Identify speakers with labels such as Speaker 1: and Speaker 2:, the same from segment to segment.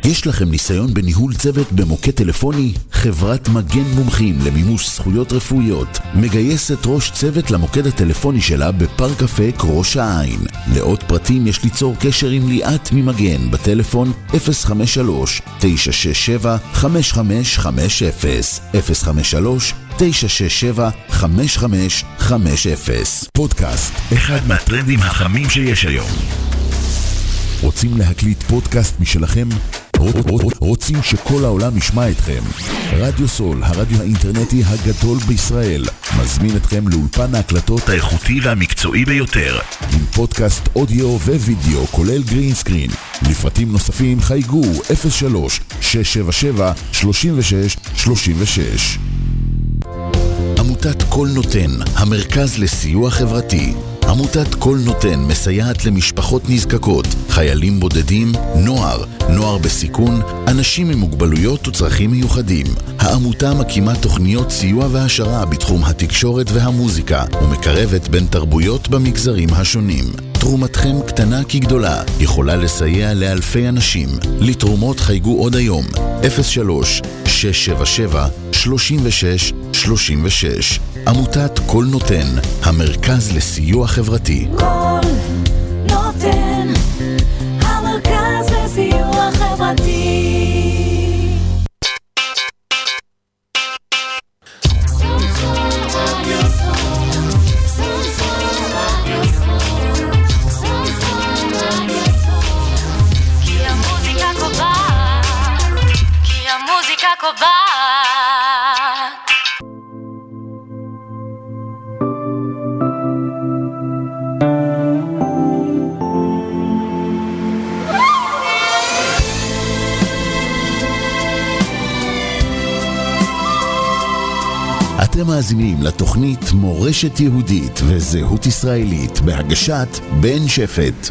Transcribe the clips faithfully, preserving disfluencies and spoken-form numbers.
Speaker 1: יש לכם ניסיון בניהול צוות במוקד טלפוני? חברת מגן מומחים למימוש זכויות רפואיות מגייסת ראש צוות למוקד הטלפוני שלה בפארק אפק ראש העין. לעוד פרטים יש ליצור קשר עם ליאת ממגן בטלפון אפס חמש שלוש תשע שש שבע חמש חמש חמש אפס אפס חמש שלוש תשע שש שבע חמש חמש חמש אפס. פודקאסט, אחד מהטרנדים החמים שיש היום. רוצים להקליט פודקאסט משלכם? רוצים שכל העולם ישמע אתכם? רדיו סול, הרדיו האינטרנטי הגדול בישראל, מזמין אתכם לאולפן ההקלטות האיכותי והמקצועי ביותר, עם פודקאסט אודיו ווידאו כולל גרין סקרין. לפרטים נוספים חייגו אפס שלוש שש שבע שבע שלוש שש שלוש שש. עמותת כל נותן, המרכז לסיוע חברתי. עמותת כל נותן מסייעת למשפחות נזקקות, חיילים בודדים, נוער, נוער בסיכון, אנשים עם מוגבלויות וצרכים מיוחדים. העמותה מקימה תוכניות סיוע והשרה בתחום התקשורת והמוזיקה, ומקרבת בין תרבויות במגזרים השונים. תרומתכם קטנה כגדולה, יכולה לסייע לאלפי אנשים. לתרומות חייגו עוד היום, אפס שלוש שש שבע שבע שלוש שש שלוש שש. עמותת כל נותן, המרכז לסיוע חברתי.
Speaker 2: כל נותן, המרכז לסיוע חברתי. כי המוזיקה קובעת, כי המוזיקה קובעת.
Speaker 1: אתם מאזינים לתוכנית מורשת יהודית וזהות ישראלית בהגשת בן שפט.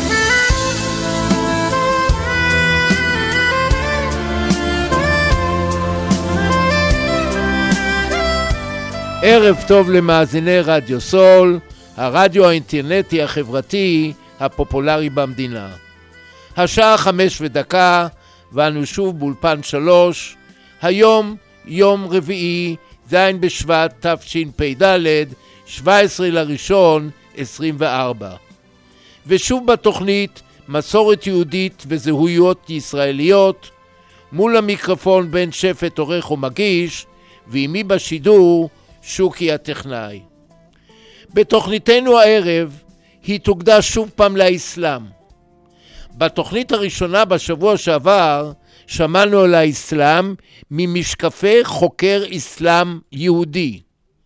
Speaker 3: ערב טוב למאזיני רדיו סול, הרדיו האינטרנטי החברתי הפופולרי במדינה. השעה חמש ודקה, ואנו שוב באולפן שלוש. היום יום רביעי, זין בשבט תשפ"ד, שבע עשרה לראשון עשרים וארבע. ושוב בתוכנית מסורת יהודית וזהויות ישראליות, מול המיקרופון בן שפט עורך ומגיש, ועימי בשידור שוקי הטכנאי. בתוכניתנו הערב היא תוקדש שוב פעם לאסלאם. בתוכנית הראשונה בשבוע שעבר שמענו על האסלאם ממשקפי חוקר אסלאם יהודי.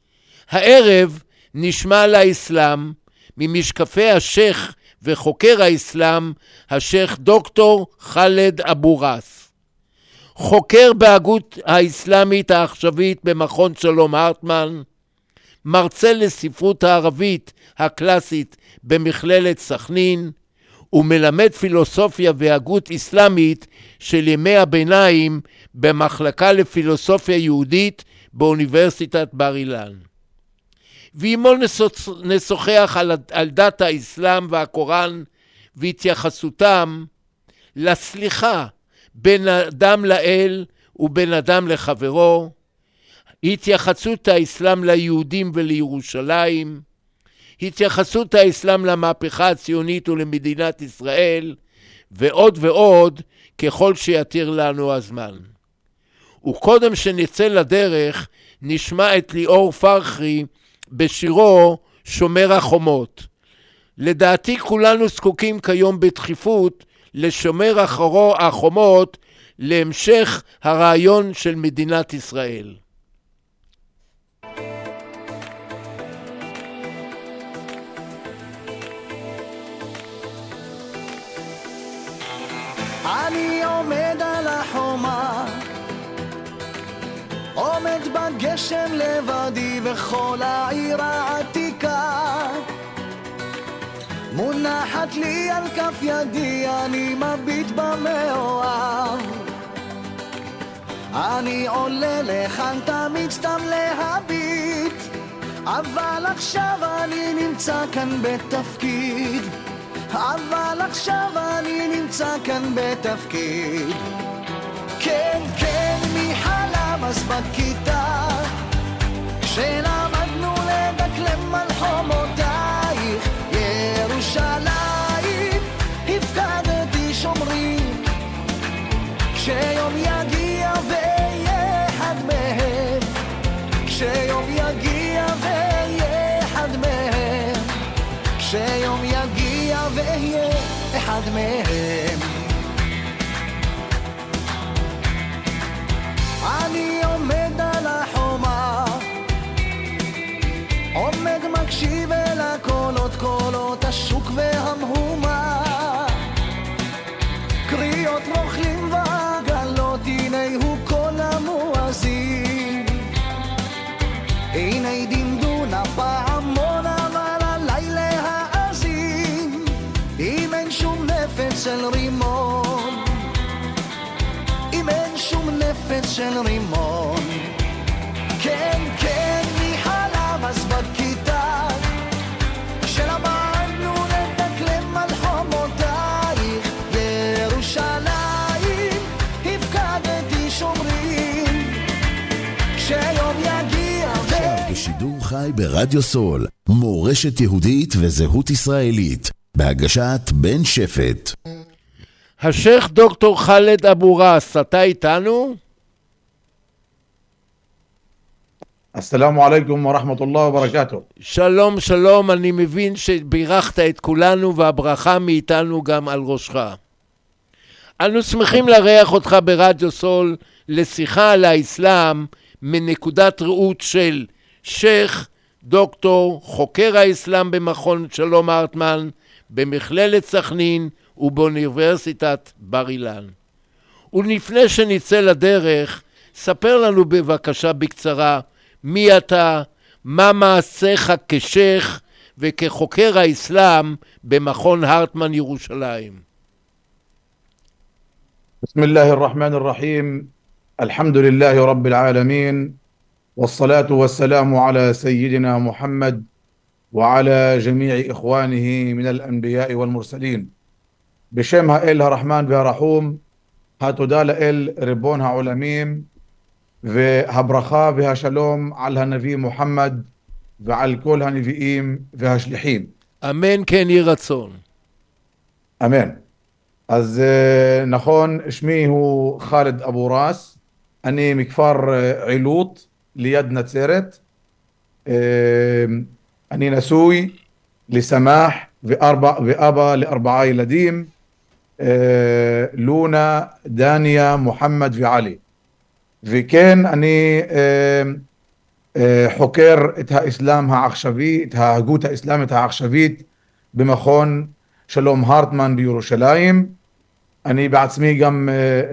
Speaker 3: הערב נשמע על האסלאם ממשקפי השייך וחוקר האסלאם, השייך דוקטור חאלד אבו ראס. חוקר בהגות האסלאמית העכשווית במכון שלום הרטמן, מרצה לספרות הערבית הקלאסית במכללת סכנין, ומלמד פילוסופיה והגות אסלאמית של ימי הביניים במחלקה לפילוסופיה יהודית באוניברסיטת בר אילן. ועמו נשוחח על, על דת האסלאם והקוראן והתייחסותם לסליחה בין אדם לאל ובין אדם לחברו, התייחסות האסלאם ליהודים ולירושלים, התייחסות האסלאם למהפכה הציונית ולמדינת ישראל, ועוד ועוד ככל שיתיר לנו הזמן. וקודם שנצא לדרך, נשמע את ליאור פרחי בשירו שומר החומות. לדעתי כולנו זקוקים כיום בדחיפות לשומר החומות להמשך הרעיון של מדינת ישראל.
Speaker 4: אני עומד על החומה, עומד בגשם לבדי וכל העיר העתיקה מונחת לי על כף ידי, אני מביט במאוהב. אני עולה לכאן תמיד סתם להביט, אבל עכשיו אני נמצא כאן בתפקיד אבל עכשיו אני נמצא כאן בתפקיד. כן, כן, מי חלם אז בכיתה שלמדנו לדקלם על חומותייך ירושלים, הפקדתי שומרים, כשיום יגיע ויהיה אחד מהם, כשיום יגיע ויהיה אחד מהם, כשיום יגיע ויהיה אחד מהם. אני עומד על החומה, עומד מקשיב אל הקולות, קולות השוק והמהומה, קריאות רוכלים ועגלות, הנה הוא קול המואזין, הנה דמדון הפעמון, אבל עליי להאזין, אם אין שום נפץ של רימון, אם אין שום נפץ של רימון. כן, כן, מי חלם אז בכיתה שלמדנו לדקלם על חומותייך ירושלים, הפקדתי שומרים, כשיום יגיע ו...
Speaker 1: עכשיו בשידור חי ברדיו סול, מורשת יהודית וזהות ישראלית, בהגשת בן שפט.
Speaker 3: השייך דוקטור חאלד אבו ראס, אתה איתנו?
Speaker 5: הסלאמו עליכום ורחמתולlah וברקאתו.
Speaker 3: שלום שלום, אני מבין שבירכת את כולנו והברכה מאיתנו גם על ראשך. אנו שמחים לארח אותך ברדיו סול לשיחה על האסלאם מנקודת ראות של שייך דוקטור חוקר האסלאם במכון שלום הרטמן במכללת סכנין ובאוניברסיטת בר אילן. ולפני שנצא לדרך, ספר לנו בבקשה בקצרה מי אתה, מה מעשיך כשייך וכחוקר האסלאם במכון הרטמן ירושלים.
Speaker 5: بسم الله الرحمن الرحيم الحمد لله رب العالمين والصلاة والسلام على سيدنا محمد وعلى جميع إخوانه من الأنبياء والمرسلين. בשם האל הרחמן והרחום, התודה לאל ריבון העולמים, והברכה והשלום על הנביא מוחמד ועל כל הנביאים והשליחים.
Speaker 3: אמן כן יהי רצון.
Speaker 5: אמן. אז נכון, שמי הוא חאלד אבו ראס, אני מכפר עילוט ליד נצרת, אני נשוי לסמח וארבע, ואבא לארבעה ילדים, לונה, דניה, מוחמד ועלי. וכן אני חוקר את האסלאם העכשווי, את ההגות האסלאמית העכשווית במכון שלום הרטמן בירושלים. אני בעצמי גם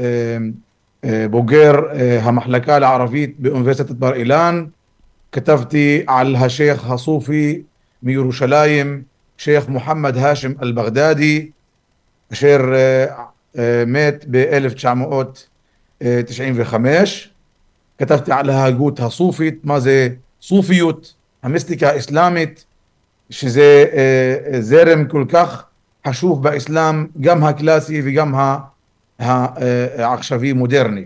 Speaker 5: בוגר המחלקה לערבית באוניברסיטת בר אילן. כתבתי על השייך הסופי מירושלים, שייך מוחמד האשם אל-בגדדי, אשר מת ב-אלף תשע מאות תשעים וחמש. כתבתי על ההגות הסופית, מה זה סופיות, המיסטיקה האסלאמית, שזה זרם כל כך חשוב באסלאם, גם הקלאסי וגם העכשווי מודרני.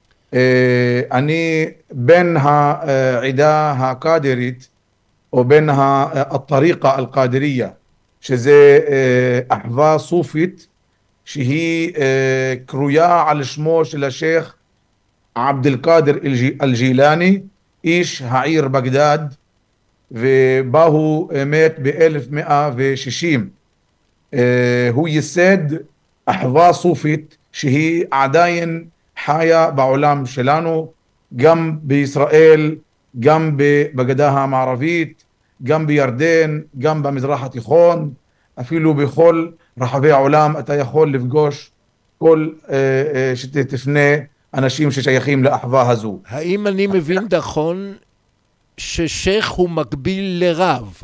Speaker 5: אני בין העדה הקאדרית, או בין הטריקה אל-קאדריה, שזה אחווה סופית, שהיא קרויה על שמו של השייך עבד אל-קאדר אל-ג'ילני, איש העיר בגדד, ובה הוא מת ב-אלף מאה ושישים. הוא ייסד אחווה סופית שהיא עדיין חיה בעולם שלנו, גם בישראל, גם בגדה המערבית, גם בירדן, גם במזרח התיכון, אפילו בכל רחבי העולם אתה יכול לפגוש כל שתפנה אנשים ששייכים לאחווה הזו.
Speaker 3: האם אני מבין נכון ששייך הוא מקביל לרב?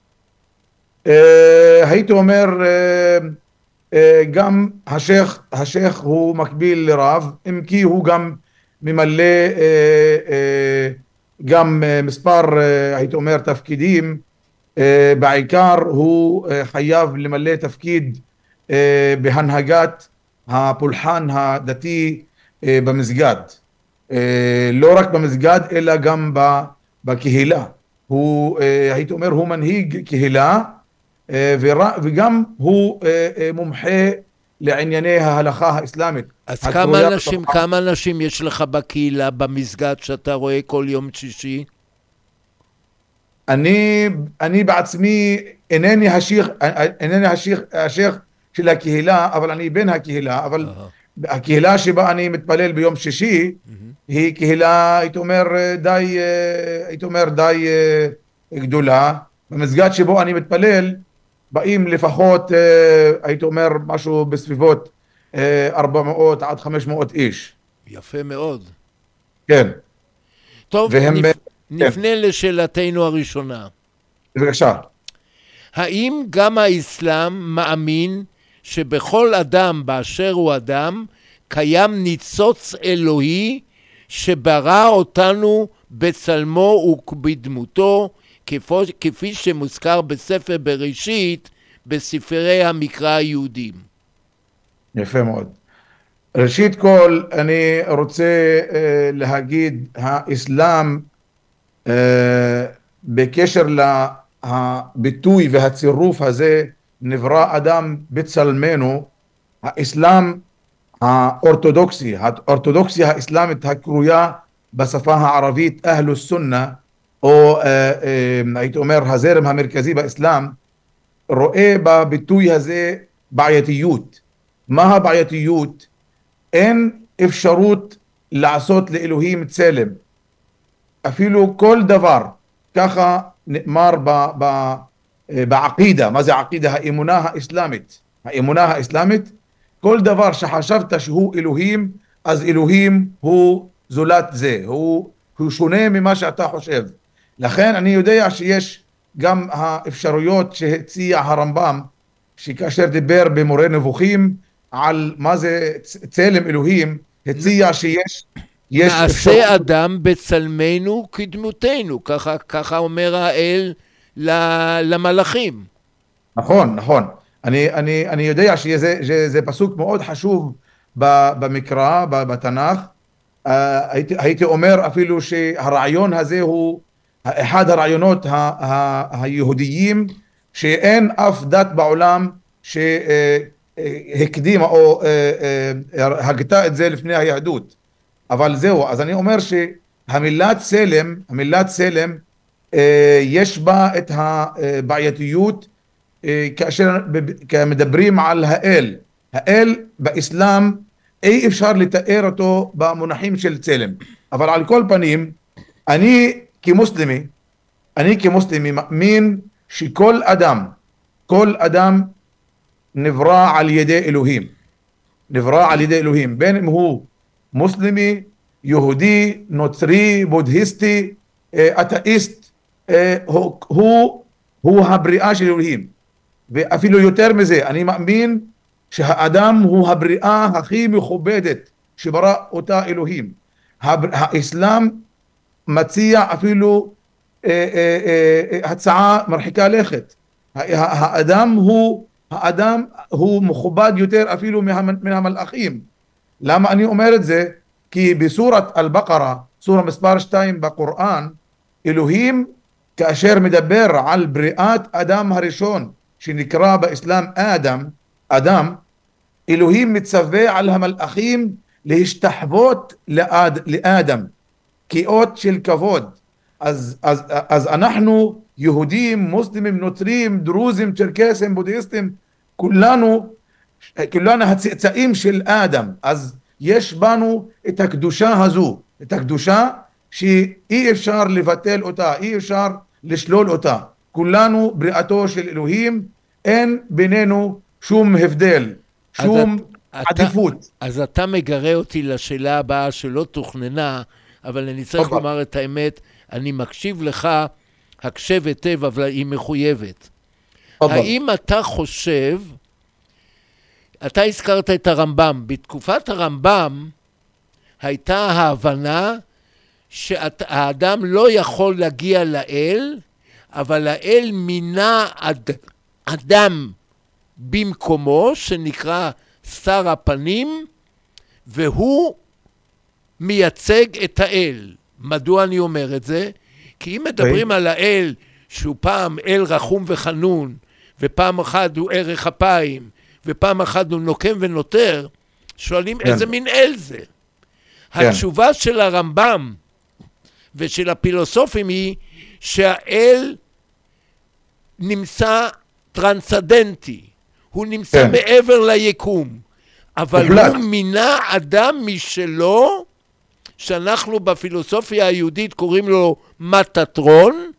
Speaker 5: הייתי אומר גם השייך, השייך הוא מקביל לרב, אם כי הוא גם ממלא גם מספר, הייתי אומר, תפקידים. בעיקר הוא חייב למלא תפקיד אה, בהנהגת הפולחן הדתי אה, במסגד. אה, לא רק במסגד אלא גם ב, בקהילה. הוא, אה, הייתי אומר, הוא מנהיג קהילה, אה, ור, וגם הוא אה, אה, מומחה לענייני ההלכה האסלאמית.
Speaker 3: אז כמה אנשים, כמה אנשים יש לך בקהילה, במסגד, שאתה רואה כל יום שישי?
Speaker 5: אני, אני בעצמי אינני השייך, אינני השייך, השייך של הקהילה, אבל אני בן הקהילה, אבל uh-huh. הקהילה שבה אני מתפלל ביום שישי, uh-huh. היא קהילה, הייתי אומר, די, הייתי אומר, די גדולה. במסגד שבו אני מתפלל, באים לפחות, הייתי אומר, משהו בסביבות ארבע מאות עד חמש מאות איש.
Speaker 3: יפה מאוד.
Speaker 5: כן.
Speaker 3: טוב,
Speaker 5: והם,
Speaker 3: נפ...
Speaker 5: כן.
Speaker 3: נפנה לשאלתנו הראשונה.
Speaker 5: בבקשה.
Speaker 3: האם גם האסלאם מאמין שבכל אדם באשר הוא אדם קיים ניצוץ אלוהי שברא אותנו בצלמו ובדמותו, כפי, כפי שמוזכר בספר בראשית בספרי המקרא היהודים?
Speaker 5: יפה מאוד. ראשית כל אני רוצה uh, להגיד, האסלאם uh, בקשר לביטוי והצירוף הזה, נברא אדם בצלמנו, האסלאם האורתודוקסי, האורתודוקסיה האסלאמית הקרויה בשפה הערבית אהל סונה, או uh, uh, הייתי אומר הזרם המרכזי באסלאם, רואה בביטוי הזה בעייתיות. מה הבעייתיות? אין אפשרות לעשות לאלוהים צלם. אפילו כל דבר, ככה נאמר ב, ב, בעקידה. מה זה עקידה? האמונה האסלאמית. האמונה האסלאמית, כל דבר שחשבת שהוא אלוהים, אז אלוהים הוא זולת זה. הוא, הוא שונה ממה שאתה חושב. לכן אני יודע שיש גם האפשרויות שהציע הרמב"ם, שכאשר דיבר במורה נבוכים על מה זה צלם אלוהים, הציע שיש יש
Speaker 3: נעשה
Speaker 5: אפשרות...
Speaker 3: אדם בצלמנו כדמותנו, ככה, ככה אומר האל למלאכים.
Speaker 5: נכון, נכון. אני, אני, אני יודע שזה שזה פסוק מאוד חשוב במקרא, בתנ"ך. הייתי, הייתי אומר אפילו שהרעיון הזה הוא אחד הרעיונות ה, ה, היהודיים, שאין אף דת בעולם שהקדימה או הגתה את זה לפני היהדות. אבל זהו, אז אני אומר שהמילה צלם, המילה צלם, יש בה את הבעייתיות כאשר מדברים על האל. האל באסלאם אי אפשר לתאר אותו במונחים של צלם. אבל על כל פנים, אני כמוסלמי, אני כמוסלמי מאמין שכל אדם, כל אדם נברא על ידי אלוהים. נברא על ידי אלוהים, בין אם הוא מוסלמי, יהודי, נוצרי, בודהיסטי, אתאיסט, הוא, הוא, הוא הבריאה של אלוהים. ואפילו יותר מזה, אני מאמין שהאדם הוא הבריאה הכי מכובדת שברא אותה אלוהים. האסלאם מציע אפילו אה, אה, אה, הצעה מרחיקה לכת. האדם הוא, האדם הוא מכובד יותר אפילו מן המלאכים. למה אני אומר את זה? כי בסורת אל-בקרה, סורה מספר שתיים בקוראן, אלוהים כאשר מדבר על בריאת אדם הראשון, שנקרא באסלאם אדם, אדם, אלוהים מצווה על המלאכים להשתחוות לאד, לאדם, כאות של כבוד. אז, אז, אז אנחנו יהודים, מוסלמים, נוצרים, דרוזים, צ'רקסים, בודהיסטים, כולנו, כולנו הצאצאים של אדם. אז יש בנו את הקדושה הזו, את הקדושה שאי אפשר לבטל אותה, אי אפשר לשלול אותה. כולנו בריאתו של אלוהים, אין בינינו שום הבדל, שום עדיפות.
Speaker 3: אתה, אז אתה מגרה אותי לשאלה הבאה שלא תוכננה, אבל אני צריך
Speaker 5: טוב.
Speaker 3: לומר את האמת, אני מקשיב לך, הקשב היטב, אבל היא מחויבת.
Speaker 5: טוב.
Speaker 3: האם אתה חושב, אתה הזכרת את הרמב"ם, בתקופת הרמב"ם הייתה ההבנה שהאדם לא יכול להגיע לאל, אבל האל מינה אד, אדם במקומו, שנקרא שר הפנים, והוא מייצג את האל. מדוע אני אומר את זה? כי אם מדברים על האל, שהוא פעם אל רחום וחנון, ופעם אחת הוא ערך אפיים, ופעם אחת הוא נוקם ונותר, שואלים איזה מין אל זה. התשובה של הרמב"ם ושל הפילוסופים היא שהאל נמצא טרנסדנטי, הוא נמצא כן. מעבר ליקום, אבל מוחלט. הוא מינה אדם משלו, שאנחנו בפילוסופיה היהודית קוראים לו מטטרון,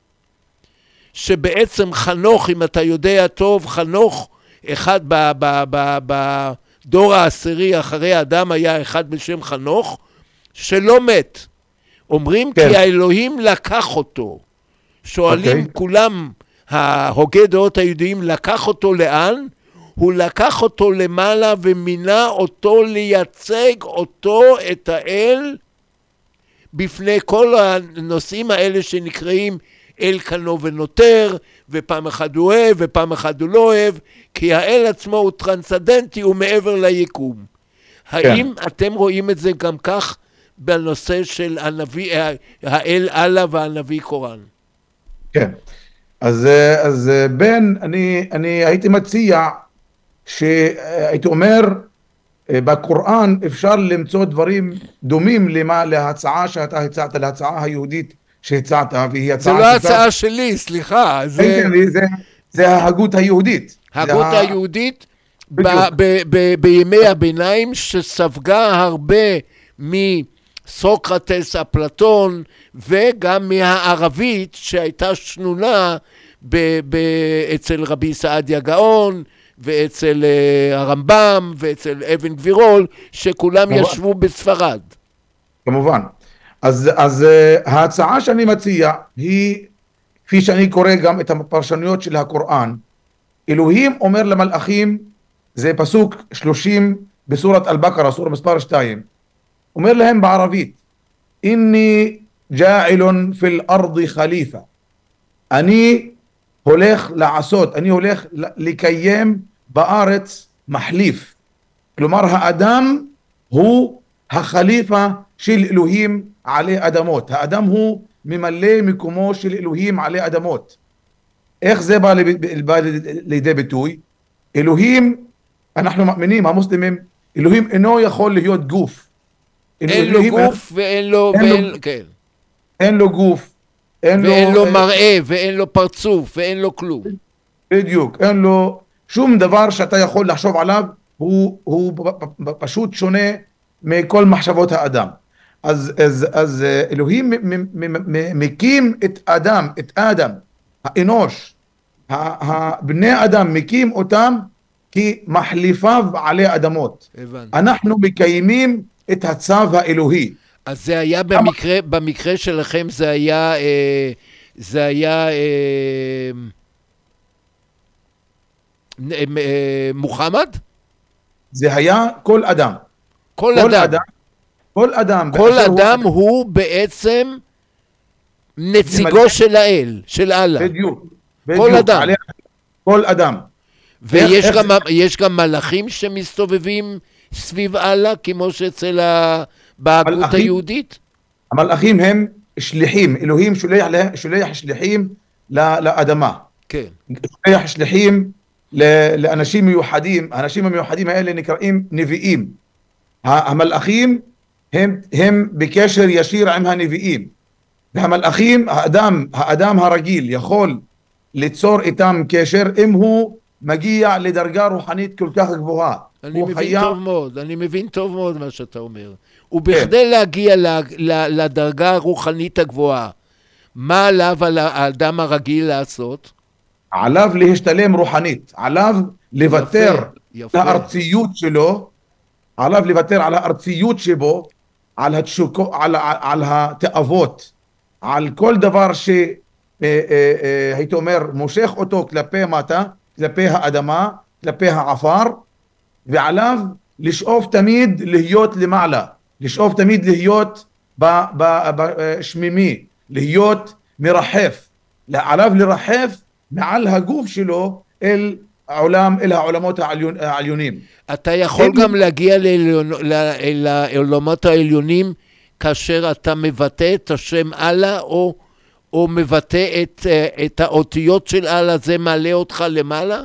Speaker 3: שבעצם חנוך, אם אתה יודע טוב, חנוך אחד ב, ב, ב, בדור העשירי אחרי אדם היה אחד בשם חנוך, שלא מת. אומרים כן. כי האלוהים לקח אותו. שואלים okay. כולם, ההוגי דעות היהודיים, לקח אותו לאן? הוא לקח אותו למעלה ומינה אותו לייצג אותו, את האל, בפני כל הנושאים האלה שנקראים אל קנו ונותר, ופעם אחד הוא אוהב ופעם אחד הוא לא אוהב, כי האל עצמו הוא טרנסדנטי, הוא מעבר ליקום. כן. האם אתם רואים את זה גם כך בנושא של הנביא, האל אללה והנביא קוראן?
Speaker 5: כן. אז, אז בן, אני, אני הייתי מציע שהייתי אומר, בקוראן אפשר למצוא דברים דומים למה, להצעה שאתה הצעת, להצעה היהודית שהצעת, והיא הצעה...
Speaker 3: זה לא הצעה שלי, סליחה. זה,
Speaker 5: זה, זה, זה ההגות היהודית.
Speaker 3: ההגות היהודית ב, ב, ב, בימי הביניים, שספגה הרבה מסוקרטס, אפלטון, וגם מהערבית שהייתה שנונה ב, ב, אצל רבי סעדיה גאון, ואצל uh, הרמב"ם, ואצל אבן גבירול, שכולם כמובן. ישבו בספרד.
Speaker 5: כמובן. אז, אז uh, ההצעה שאני מציע היא, כפי שאני קורא גם את הפרשנויות של הקוראן, אלוהים אומר למלאכים, זה פסוק שלושים בסורת אל-בקרה, סורה מספר שתיים, אומר להם בערבית, איני ג'אעילון פיל ארדי חליפה, אני הולך לעשות, אני הולך לקיים בארץ מחליף. כלומר, האדם הוא החליפה של אלוהים עלי אדמות. האדם הוא ממלא מקומו של אלוהים עלי אדמות. איך זה בא, בא לידי ביטוי? אלוהים, אנחנו מאמינים, המוסלמים, אלוהים אינו יכול להיות גוף.
Speaker 3: אין לו גוף ואין לו, כן.
Speaker 5: אין לו גוף.
Speaker 3: אין ואין לו, לו מראה, ואין לו פרצוף, ואין לו כלום.
Speaker 5: בדיוק, אין לו שום דבר שאתה יכול לחשוב עליו, הוא, הוא פשוט שונה מכל מחשבות האדם. אז, אז, אז אלוהים מקים את אדם, את אדם, האנוש, בני אדם מקים אותם כמחליפיו עלי אדמות. הבנתי. אנחנו מקיימים את הצו האלוהי.
Speaker 3: אז זה היה במקרה, במקרה שלכם זה היה, אה, זה היה אה, אה, אה, מוחמד?
Speaker 5: זה היה כל אדם.
Speaker 3: כל,
Speaker 5: כל
Speaker 3: אדם.
Speaker 5: אדם. כל אדם.
Speaker 3: כל אדם הוא, הוא בעצם נציגו של האל, של אללה.
Speaker 5: בדיוק.
Speaker 3: כל
Speaker 5: בדיוק,
Speaker 3: אדם.
Speaker 5: עליה, כל אדם.
Speaker 3: ויש איך, גם, איך... יש גם מלאכים שמסתובבים סביב אללה, כמו שאצל ה... בהגות היהודית?
Speaker 5: המלאכים הם שליחים, אלוהים שולח, שולח שליחים לאדמה. כן. שולח שליחים לאנשים מיוחדים, האנשים המיוחדים האלה נקראים נביאים. המלאכים הם, הם בקשר ישיר עם הנביאים. והמלאכים, האדם, האדם הרגיל יכול ליצור איתם קשר אם הוא מגיע לדרגה רוחנית כל כך גבוהה.
Speaker 3: אני מבין חיה... טוב מאוד, אני מבין טוב מאוד מה שאתה אומר. ובכדי כן. להגיע לדרגה הרוחנית הגבוהה, מה עליו על האדם הרגיל לעשות?
Speaker 5: עליו להשתלם רוחנית, עליו לוותר לארציות שלו, עליו לוותר על הארציות שבו, על, התשוקו, על, על, על התאוות, על כל דבר שהייתי אומר מושך אותו כלפי מטה, כלפי האדמה, כלפי העפר, ועליו לשאוף תמיד להיות למעלה, לשאוף תמיד להיות בשמימי, להיות מרחף, עליו לרחף מעל הגוף שלו אל העולם אל העולמות העליון, העליונים.
Speaker 3: אתה יכול
Speaker 5: הם...
Speaker 3: גם להגיע לעליון, לעולמות העליונים כאשר אתה מבטא את השם אללה, או, או מבטא את, את האותיות של אללה, זה מעלה אותך למעלה?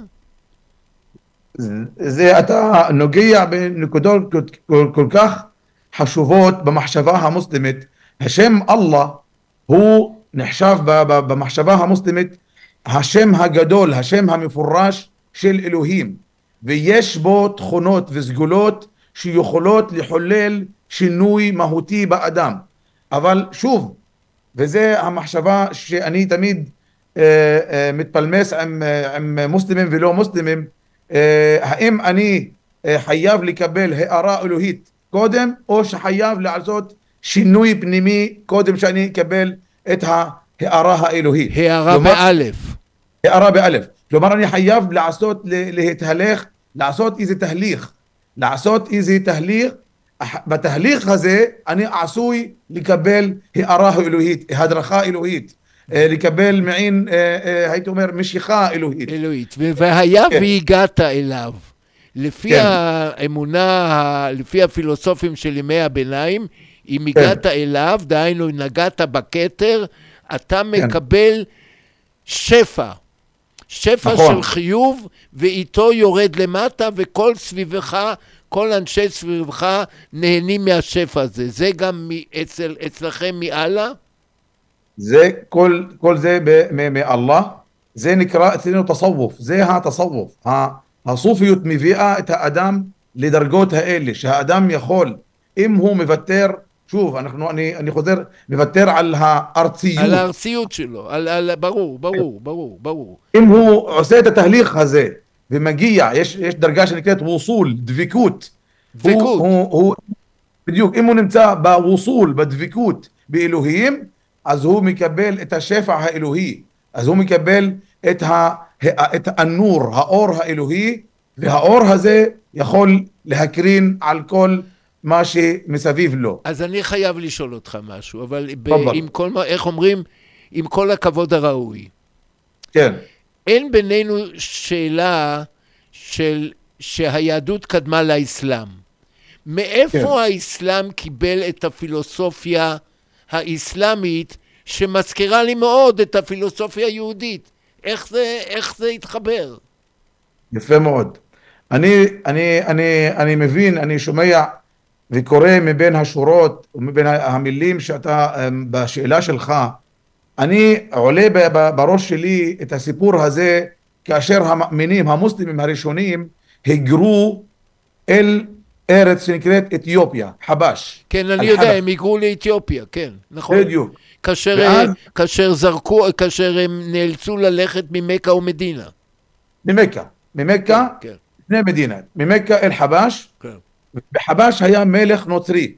Speaker 5: זה אתה נוגע בנקודות כל, כל כך חשובות במחשבה המוסלמית. השם אללה הוא נחשב במחשבה המוסלמית השם הגדול, השם המפורש של אלוהים, ויש בו תכונות וסגולות שיכולות לחולל שינוי מהותי באדם. אבל שוב, וזה המחשבה שאני תמיד אה, אה, מתפלמס עם, אה, עם מוסלמים ולא מוסלמים, אה, האם אני אה, חייב לקבל הערה אלוהית קודם, או שחייב לעשות שינוי פנימי קודם שאני אקבל את ההערה האלוהית.
Speaker 3: הערה באלף.
Speaker 5: הערה באלף. כלומר, אני חייב לעשות, להתהלך, לעשות איזה תהליך, לעשות איזה תהליך, בתהליך הזה אני עשוי לקבל הערה אלוהית, הדרכה אלוהית, לקבל מעין, הייתי אומר, משיכה אלוהית.
Speaker 3: אלוהית, והיה והגעת אליו. לפי האמונה, לפי הפילוסופים של ימי הביניים, אם הגעת אליו, דהיינו נגעת בכתר, אתה מקבל שפע. שפע נכון. של חיוב, ואיתו יורד למטה, וכל סביבך, כל אנשי סביבך נהנים מהשפע הזה. זה גם אצל, אצלכם מאללה?
Speaker 5: זה, כל, כל זה מאללה. זה נקרא אצלנו תסוף. זה התסוף. הסופיות מביאה את האדם לדרגות האלה, שהאדם יכול, אם הוא מוותר, שוב, אנחנו, אני, אני חוזר, מוותר על הארציות.
Speaker 3: על הארציות שלו, על, על, ברור, ברור, ברור, ברור.
Speaker 5: אם הוא עושה את התהליך הזה, ומגיע, יש, יש דרגה שנקראת ווסול, דביקות.
Speaker 3: דביקות.
Speaker 5: הוא, הוא, הוא, בדיוק, אם הוא נמצא בווסול, בדביקות, באלוהים, אז הוא מקבל את השפע האלוהי. אז הוא מקבל את, ה, את הנור, האור האלוהי, והאור הזה יכול להקרין על כל מה שמסביב לו.
Speaker 3: אז אני חייב לשאול אותך משהו, אבל ב- עם כל, איך אומרים, עם כל הכבוד הראוי.
Speaker 5: כן.
Speaker 3: אין בינינו שאלה של שהיהדות קדמה לאסלאם. מאיפה כן. האסלאם קיבל את הפילוסופיה האסלאמית שמזכירה לי מאוד את הפילוסופיה היהודית? איך זה, איך זה התחבר?
Speaker 5: יפה מאוד. אני, אני, אני, אני מבין, אני שומע וקורא מבין השורות ומבין המילים שאתה בשאלה שלך, אני עולה בראש שלי את הסיפור הזה כאשר המאמינים המוסלמים הראשונים הגרו אל ארץ שנקראת אתיופיה, חבש.
Speaker 3: כן, אני יודע, הם הגרו לאתיופיה, כן, נכון.
Speaker 5: בדיוק.
Speaker 3: כאשר,
Speaker 5: ואז,
Speaker 3: כאשר זרקו, כאשר הם נאלצו ללכת ממקה ומדינה.
Speaker 5: ממקה, ממקה,
Speaker 3: כן, כן.
Speaker 5: לפני מדינה, ממקה אל חבש,
Speaker 3: כן.
Speaker 5: בחבש היה מלך נוצרי,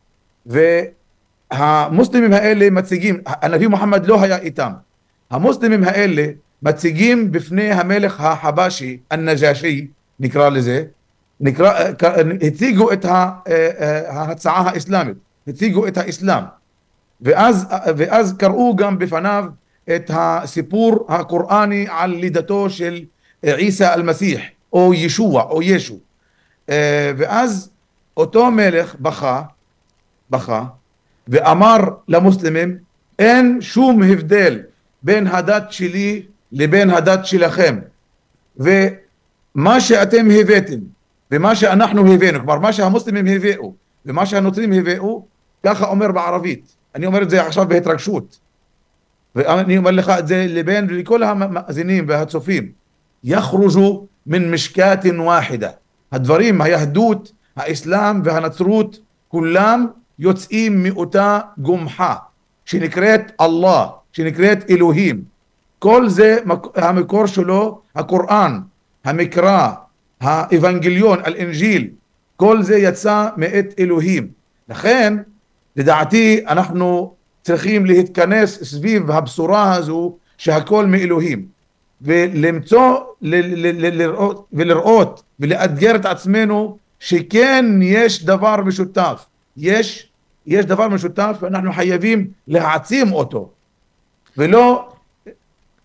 Speaker 5: והמוסלמים האלה מציגים, הנביא מוחמד לא היה איתם, המוסלמים האלה מציגים בפני המלך החבשי, הנג'אשי, נקרא לזה, נקרא, הציגו את ההצעה האסלאמית, הציגו את האסלאם, ואז, ואז קראו גם בפניו את הסיפור הקוראני על לידתו של עיסא אל-מסיח, או ישוע, או ישו. ואז אותו מלך בכה, בכה, ואמר למוסלמים, אין שום הבדל בין הדת שלי לבין הדת שלכם. ומה שאתם הבאתם, ומה שאנחנו הבאנו, כלומר מה שהמוסלמים הביאו, ומה שהנוצרים הביאו, ככה אומר בערבית. אני אומר את זה עכשיו בהתרגשות. ואני אומר לך את זה לבין לכל המאזינים והצופים. יחרujו מן משקת ואחידה. הדברים, היהדות, האסלאם והנצרות, כולם יוצאים מאותה גומחה, שנקראת אללה, שנקראת אלוהים. כל זה המקור שלו, הקוראן, המקרא, האבנגליון, האנג'יל, כל זה יצא מאת אלוהים. לכן, לדעתי, אנחנו צריכים להתכנס סביב הבשורה הזו, שהכל מאלוהים. ולמצוא, לראות, ולראות, ולאתגר את עצמנו, שכן יש דבר משותף. יש, יש דבר משותף, ואנחנו חייבים להעצים אותו. ולא,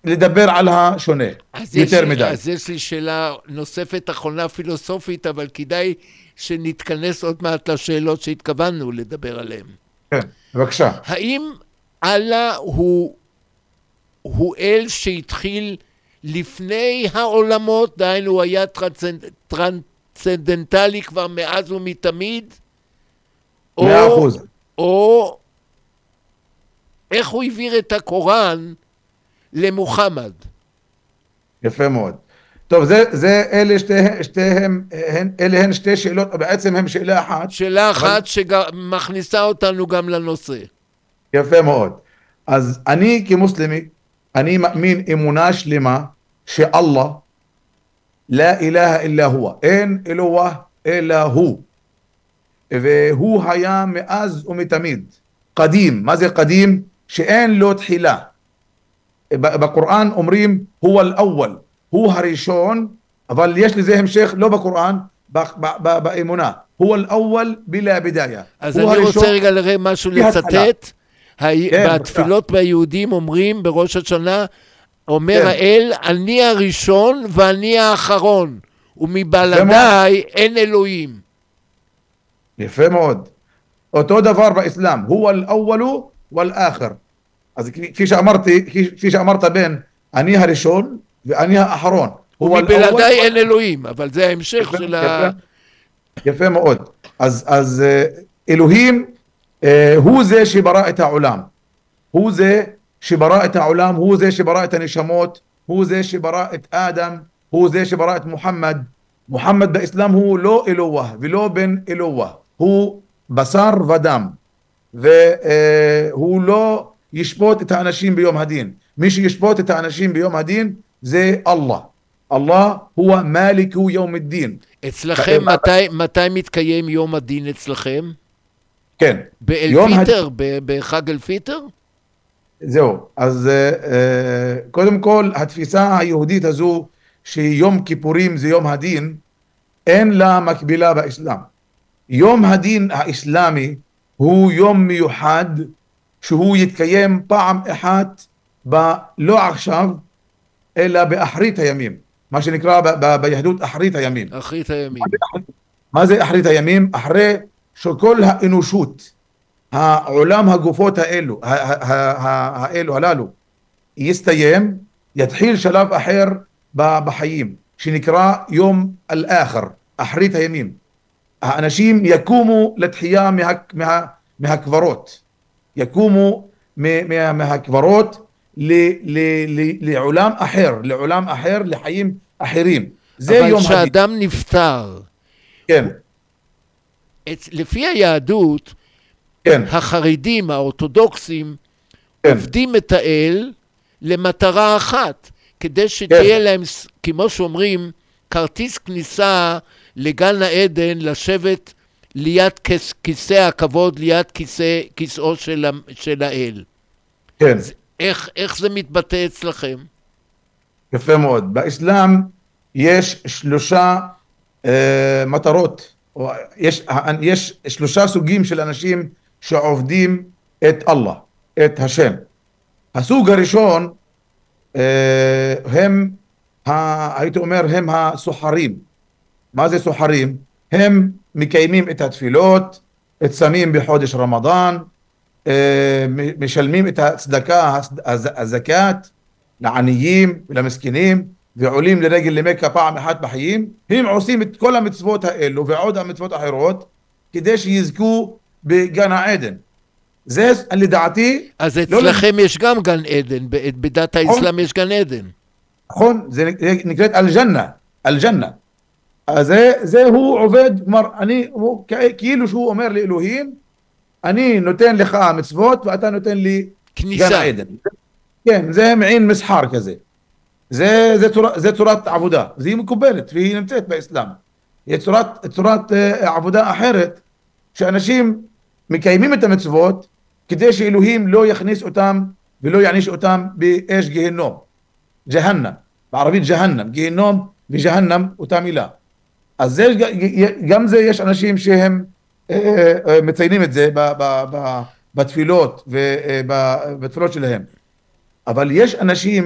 Speaker 5: לדבר על השונה
Speaker 3: אז
Speaker 5: יותר
Speaker 3: יש,
Speaker 5: מדי.
Speaker 3: אז יש לי שאלה נוספת אחרונה פילוסופית, אבל כדאי שנתכנס עוד מעט לשאלות שהתכוונו לדבר עליהן.
Speaker 5: כן, בבקשה.
Speaker 3: האם אללה הוא, הוא אל שהתחיל לפני העולמות, דהיינו הוא היה טרנסצנד, טרנסצנדנטלי כבר מאז ומתמיד?
Speaker 5: מאה אחוז.
Speaker 3: או איך הוא העביר את הקוראן למוחמד?
Speaker 5: יפה מאוד. טוב, זה, זה, אלה שתי, שתיהם, הן, אלה הן שתי שאלות, בעצם הן שאלה אחת.
Speaker 3: שאלה אחת שמכניסה אותנו גם לנושא.
Speaker 5: יפה מאוד. אז אני כמוסלמי, אני מאמין אמונה שלמה שאללה, לא אילה אילה הוא, אין אלוה אלא הוא. והוא היה מאז ומתמיד, קדים. מה זה קדים? שאין לו תחילה. בקוראן אומרים הוא אל-אוול, הוא הראשון, אבל יש לזה המשך לא בקוראן, באמונה. הוא אל-אוול בלה בדאיה.
Speaker 3: אז אני רוצה רגע לראה משהו לצטט. בתפילות ביהודים אומרים בראש השנה, אומר האל, אני הראשון ואני האחרון, ומבלעדיי אין אלוהים.
Speaker 5: יפה מאוד. אותו דבר באסלאם, הוא אל-אוולו ואל-אחר. אז כפי שאמרתי, כפי שאמרת בן, אני הראשון ואני האחרון.
Speaker 3: ומבלעדיי אין אלוהים, אבל זה ההמשך של ה...
Speaker 5: יפה מאוד. אז, אז אלוהים הוא זה שברא את העולם. הוא זה שברא את העולם, הוא זה שברא את הנשמות, הוא זה שברא את אדם, הוא זה שברא את מוחמד. מוחמד באסלאם הוא לא אלוה ולא בן אלוה. הוא בשר ודם. והוא לא ישפוט את האנשים ביום הדין. מי שישפוט את האנשים ביום הדין זה אללה. אללה הוא מאליקו יום הדין.
Speaker 3: אצלכם מתי, מתי מתקיים יום הדין אצלכם?
Speaker 5: כן.
Speaker 3: באל-פיטר? בחג אל-פיטר?
Speaker 5: זהו. אז קודם כל התפיסה היהודית הזו שיום כיפורים זה יום הדין, אין לה מקבילה באסלאם. יום הדין האסלאמי הוא יום מיוחד שהוא יתקיים פעם אחת ב, לא עכשיו, אלא באחרית הימים. מה שנקרא ב, ב, ביהדות אחרית הימים.
Speaker 3: אחרית הימים.
Speaker 5: מה זה אחרית הימים? אחרי שכל האנושות, העולם הגופות האלו, האלו, הללו, יסתיים, יתחיל שלב אחר בחיים, שנקרא יום אל-אחר, אחרית הימים. האנשים יקומו לתחייה מה, מה, מהקברות, יקומו מה, מהקברות ל, ל, ל, לעולם אחר, לעולם אחר, לחיים אחרים. זה יום
Speaker 3: אבל כשאדם נפטר,
Speaker 5: כן.
Speaker 3: את, לפי היהדות,
Speaker 5: כן.
Speaker 3: החרדים, האורתודוקסים, כן. עובדים את האל למטרה אחת, כדי שתהיה כן. להם, כמו שאומרים, כרטיס כניסה לגן העדן, לשבת ליד כיס, כיסא הכבוד, ליד כיסא, כיסאו של, של האל.
Speaker 5: כן.
Speaker 3: איך, איך זה מתבטא אצלכם?
Speaker 5: יפה מאוד. באסלאם יש שלושה אה, מטרות, או יש, יש שלושה סוגים של אנשים שעובדים את אללה, את השם. הסוג הראשון, אה, הם, ה, הייתי אומר, הם הסוחרים. מה זה סוחרים? הם מקיימים את התפילות, את צמים בחודש רמדאן, משלמים את הצדקה, הזקאת, לעניים ולמסכנים, ועולים לרגל למכה פעם אחת בחיים. הם עושים את כל המצוות האלו ועוד המצוות האחרות, כדי שיזכו בגן העדן. זה לדעתי...
Speaker 3: אז אצלכם יש גם גן עדן, בדת האסלאם יש גן עדן.
Speaker 5: נכון, זה נקראת אל-ג'נא, אל-ג'נא. אז זה, זה הוא עובד, כלומר, אני, הוא, כאילו שהוא אומר לאלוהים, אני נותן לך מצוות ואתה נותן לי
Speaker 3: כניסה.
Speaker 5: גן עדן. כן, זה מעין מסחר כזה. זה, זה, צורה, זה צורת עבודה, והיא מקובלת והיא נמצאת באסלאם. היא צורת, צורת uh, עבודה אחרת, שאנשים מקיימים את המצוות, כדי שאלוהים לא יכניס אותם ולא יעניש אותם באש גהנום. ג'הנם, בערבית ג'הנם, גהנום וג'הנם אותה מילה. אז זה, גם זה יש אנשים שהם מציינים את זה בתפילות ובתפילות שלהם. אבל יש אנשים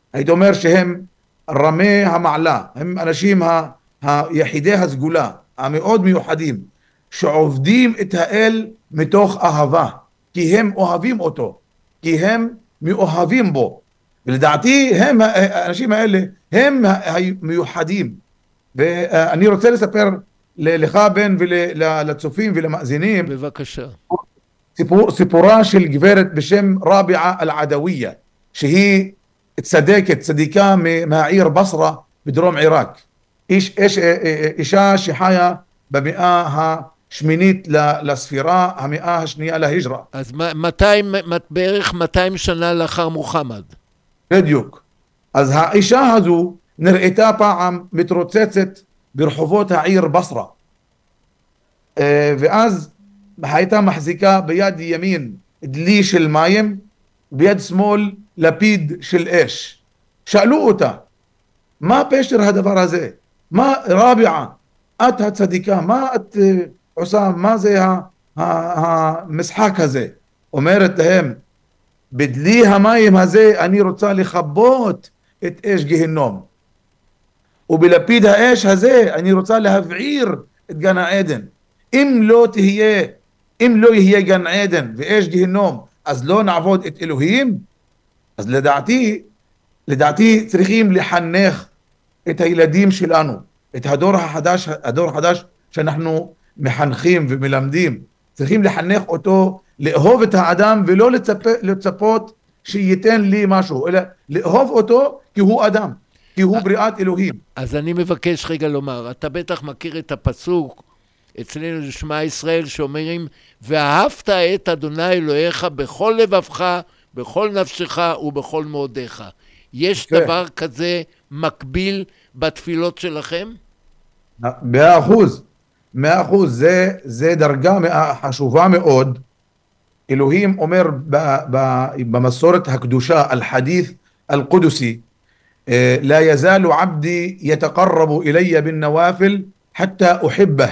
Speaker 5: הייתי אומר שהם רמי המעלה, הם אנשים ה, היחידי הסגולה, המאוד מיוחדים, שעובדים את האל מתוך אהבה, כי הם אוהבים אותו, כי הם מאוהבים בו, ולדעתי הם, האנשים האלה הם המיוחדים. ואני רוצה לספר לך בן ולצופים ולמאזינים,
Speaker 3: בבקשה.
Speaker 5: סיפור, סיפורה של גברת בשם רביעה אל-עדוויה, שהיא צדקת, צדיקה מהעיר בסרה בדרום עיראק. איש, איש, אישה שחיה במאה השמינית לספירה, המאה השנייה להיג'רה.
Speaker 3: אז מאתיים, בערך מאתיים שנה לאחר מוחמד.
Speaker 5: בדיוק. אז האישה הזו נראתה פעם מתרוצצת ברחובות העיר בסרה. ואז הייתה מחזיקה ביד ימין דלי של מים, ביד שמאל לפיד של אש. שאלו אותה, מה פשר הדבר הזה? מה רביעה, את הצדיקה, מה את uh, עושה, מה זה המשחק הזה? אומרת להם, בדלי המים הזה אני רוצה לכבות את אש גיהנום, ובלפיד האש הזה אני רוצה להבעיר את גן העדן. אם לא תהיה, אם לא יהיה גן עדן ואש גיהנום, אז לא נעבוד את אלוהים? אז לדעתי, לדעתי צריכים לחנך את הילדים שלנו, את הדור החדש, הדור החדש שאנחנו מחנכים ומלמדים, צריכים לחנך אותו לאהוב את האדם ולא לצפ, לצפות שייתן לי משהו, אלא לאהוב אותו כי הוא אדם, כי הוא בריאת אלוהים.
Speaker 3: אז אני מבקש רגע לומר, אתה בטח מכיר את הפסוק אצלנו לשמע ישראל שאומרים, ואהבת את אדוני אלוהיך בכל לבבך, בכל נפשך ובכל מאודיך. יש כן. דבר כזה מקביל בתפילות שלכם?
Speaker 5: מאה אחוז, מאה אחוז, זה, זה דרגה חשובה מאוד. אלוהים אומר ב, ב, במסורת הקדושה, אל-חדית' אל-קודסי, لا يزال عبدي يتقرب إلي بالنوافل حتى أحبه.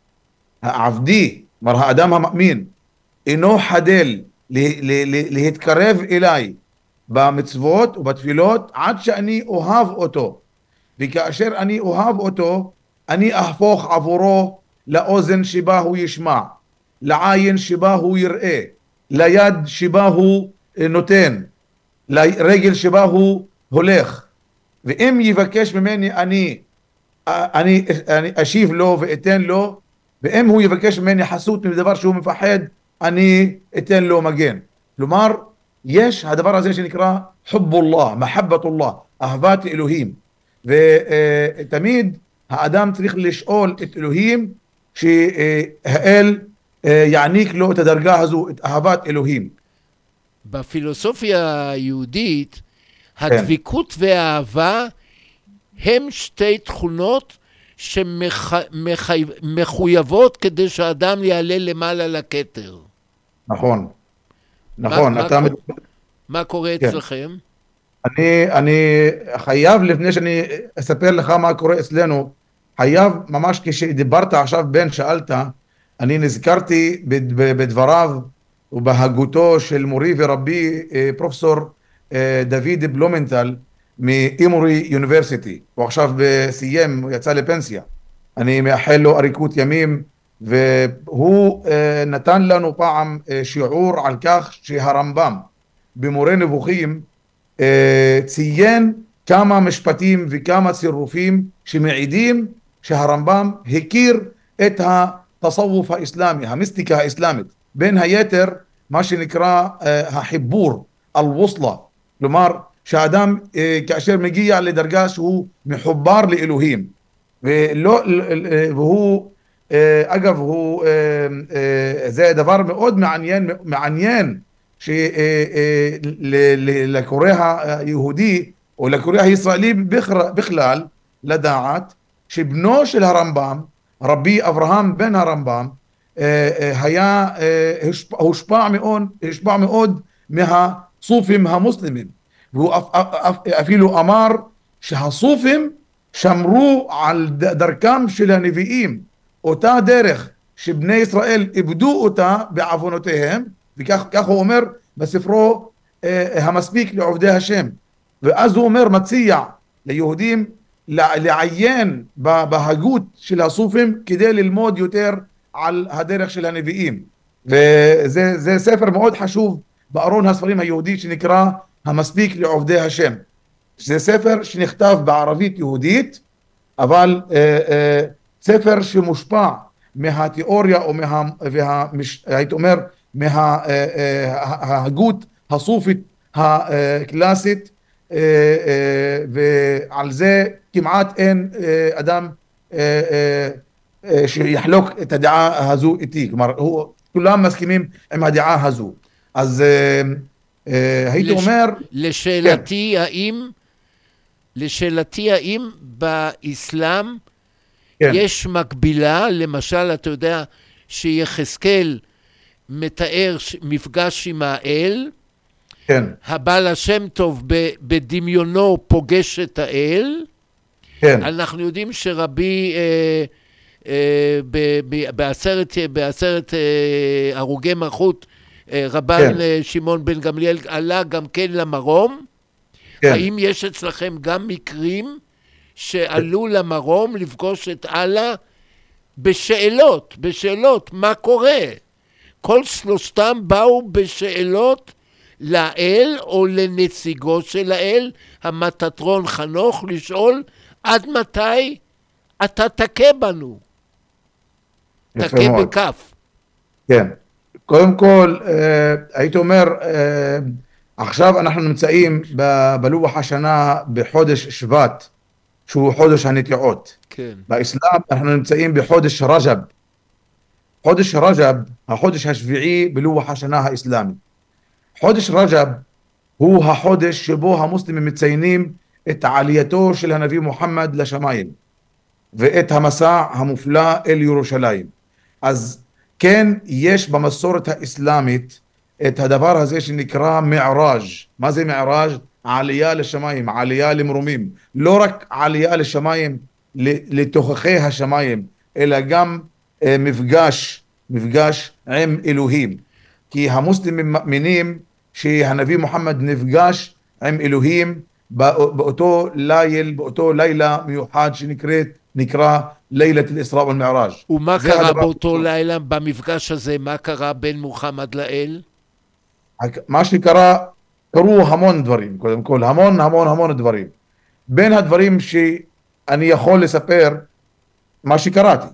Speaker 5: העבדי, מר האדם המאמין, אינו חדל להתקרב אליי במצוות ובתפילות עד שאני אוהב אותו, וכאשר אני אוהב אותו אני אהפוך עבורו לאוזן שבה הוא ישמע, לעין שבה הוא יראה, ליד שבה הוא נותן, לרגל שבה הוא הולך. ואם יבקש ממני אני, אני, אני אשיב לו ואתן לו, ואם הוא יבקש ממני חסות מדבר שהוא מפחד, אני אתן לו מגן. כלומר, יש הדבר הזה שנקרא חובולlah, מחבתullah, אהבת אלוהים. ותמיד האדם צריך לשאול את אלוהים שהאל יעניק לו את הדרגה הזו, את אהבת אלוהים.
Speaker 3: בפילוסופיה היהודית, הדבקות והאהבה הם שתי תכונות שמחויבות כדי שהאדם יעלה למעלה לכתר.
Speaker 5: נכון, נכון.
Speaker 3: מה,
Speaker 5: אתה...
Speaker 3: מה, מה קורה
Speaker 5: כן.
Speaker 3: אצלכם?
Speaker 5: אני, אני חייב, לפני שאני אספר לך מה קורה אצלנו, חייב ממש כשדיברת עכשיו בן שאלת, אני נזכרתי בדבריו ובהגותו של מורי ורבי פרופסור דוד בלומנטל מאימורי יוניברסיטי. הוא עכשיו סיים, הוא יצא לפנסיה. אני מאחל לו אריקות ימים, והוא נתן לנו פעם שיעור על כך שהרמב"ם במורה נבוכים ציין כמה משפטים וכמה צירופים שמעידים שהרמב"ם הכיר את התסawuf האסלאמי, המיסטיקה האסלאמית, בין היתר מה שנקרא החיבור, אל-ווסלה, כלומר שהאדם כאשר מגיע לדרגה שהוא מחובר לאלוהים, ולא, והוא אגב הוא זה דבר מאוד מעניין מעניין שלקורא היהודי או לקורא הישראלי בכלל לדעת שבנו של הרמב"ם, רבי אברהם בן הרמב"ם, היה הושפע מאוד, הושפע מאוד מהסופים המוסלמים, והוא אפילו אמר שהסופים שמרו על דרכם של הנביאים, אותה דרך שבני ישראל איבדו אותה בעוונותיהם, וכך כך הוא אומר בספרו המספיק לעובדי השם, ואז הוא אומר, מציע ליהודים לעיין בהגות של הסופים כדי ללמוד יותר על הדרך של הנביאים. וזה זה ספר מאוד חשוב בארון הספרים היהודי שנקרא המספיק לעובדי השם. זה ספר שנכתב בערבית יהודית, אבל אה, אה, ספר שמושפע מהתיאוריה או מה, וה, הייתי אומר, מההגות הסופית הקלאסית, אה, אה, ועל זה כמעט אין אה, אדם אה, אה, אה, שיחלוק את הדעה הזו איתי. כלומר, הוא, כולם מסכימים עם הדעה הזו. אז אה, אה, הייתי
Speaker 3: לש...
Speaker 5: אומר...
Speaker 3: לשאלתי, כן. האם, לשאלתי, האם באסלאם כן. יש מקבילה, למשל, אתה יודע, שיחזקאל מתאר מפגש עם האל,
Speaker 5: כן.
Speaker 3: הבעל השם טוב בדמיונו פוגש את האל,
Speaker 5: כן.
Speaker 3: אנחנו יודעים שרבי אה, אה, ב, ב, בעשרת, בעשרת אה, הרוגי מלכות, אה, רבן כן. אה, שמעון בן גמליאל עלה גם כן למרום. כן. האם יש אצלכם גם מקרים שעלו כן. למרום לפגוש את אללה בשאלות, בשאלות, מה קורה? כל שלושתם באו בשאלות לאל או לנציגו של האל, המטטרון חנוך, לשאול עד מתי אתה תכה בנו. תכה בכף.
Speaker 5: כן. קודם כל, אה, הייתי אומר, אה, עכשיו אנחנו נמצאים ב- בלוח השנה בחודש שבט, שהוא חודש הנטיעות.
Speaker 3: כן.
Speaker 5: באסלאם אנחנו נמצאים בחודש רג'ב. חודש רג'ב, החודש השביעי בלוח השנה האסלאמי. חודש רג'ב הוא החודש שבו המוסלמים מציינים את עלייתו של הנביא מוחמד לשמיים, ואת המסע המופלא אל ירושלים. אז כן, יש במסורת האסלאמית את הדבר הזה שנקרא מעראג'. מה זה מעראג'? עלייה לשמיים, עלייה למרומים. לא רק עלייה לשמיים, לתוככי השמיים, אלא גם אה, מפגש, מפגש עם אלוהים. כי המוסלמים מאמינים שהנביא מוחמד נפגש עם אלוהים באותו ליל, באותו לילה מיוחד שנקראת, נקרא לילת אל-אסרא' וal-מעראג'.
Speaker 3: ומה קרה באותו לילה, במפגש הזה, מה קרה בין מוחמד לאל?
Speaker 5: מה שקרה, קרו המון דברים, קודם כל, המון המון המון דברים. בין הדברים שאני יכול לספר, מה שקראתי.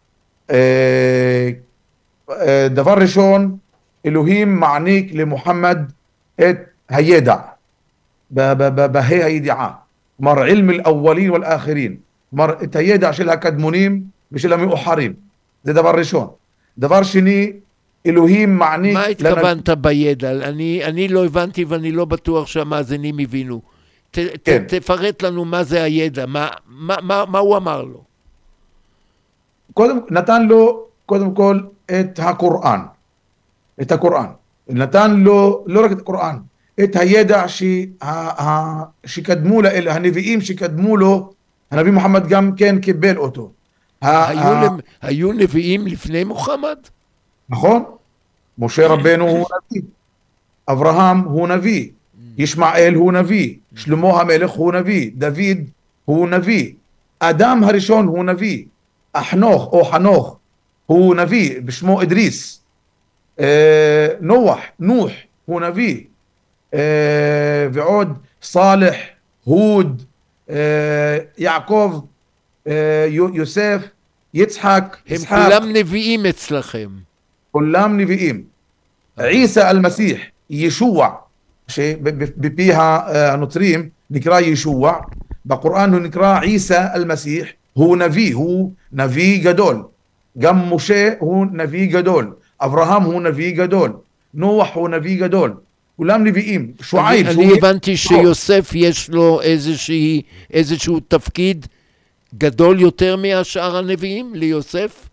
Speaker 5: דבר ראשון, אלוהים מעניק למוחמד את הידע, בה"א הידיעה, כלומר עילם אל-אוולין ואל-האחרין, כלומר את הידע של הקדמונים ושל המאוחרים. זה דבר ראשון. דבר שני, אלוהים מעניק...
Speaker 3: מה התכוונת לנ... בידע? אני, אני לא הבנתי ואני לא בטוח שהמאזינים הבינו. ת, כן. ת, תפרט לנו מה זה הידע, מה, מה, מה, מה הוא אמר לו?
Speaker 5: קודם, נתן לו קודם כל את הקוראן. את הקוראן. נתן לו לא רק את הקוראן, את הידע שה, ה, שקדמו לאל, הנביאים שקדמו לו, הנביא מוחמד גם כן קיבל אותו.
Speaker 3: היו, ה, למ, היו נביאים לפני מוחמד?
Speaker 5: נכון. משה רבנו הוא נביא. אברהם הוא נביא. ישמעאל הוא נביא. שלמה המלך הוא נביא. דוד הוא נביא. אדם הראשון הוא נביא. אחנוך או חנוך הוא נביא, בשמו אדריס. אה, נוח, נוח הוא נביא. אה, ועוד סלח, הוד, אה, יעקב, אה, יוסף, יצחק.
Speaker 3: הם
Speaker 5: יצחק.
Speaker 3: כולם נביאים אצלכם.
Speaker 5: כולם נביאים. עיסא אל-מסיח, ישוע, שבפי הנוצרים נקרא ישוע, בקוראן הוא נקרא עיסא אל-מסיח, הוא נביא, הוא נביא גדול. גם משה הוא נביא גדול, אברהם הוא נביא גדול, נוח הוא נביא גדול, כולם נביאים. שועייב,
Speaker 3: אני הבנתי שיוסף יש לו איזושהי, איזשהו תפקיד גדול יותר מהשאר הנביאים, ליוסף?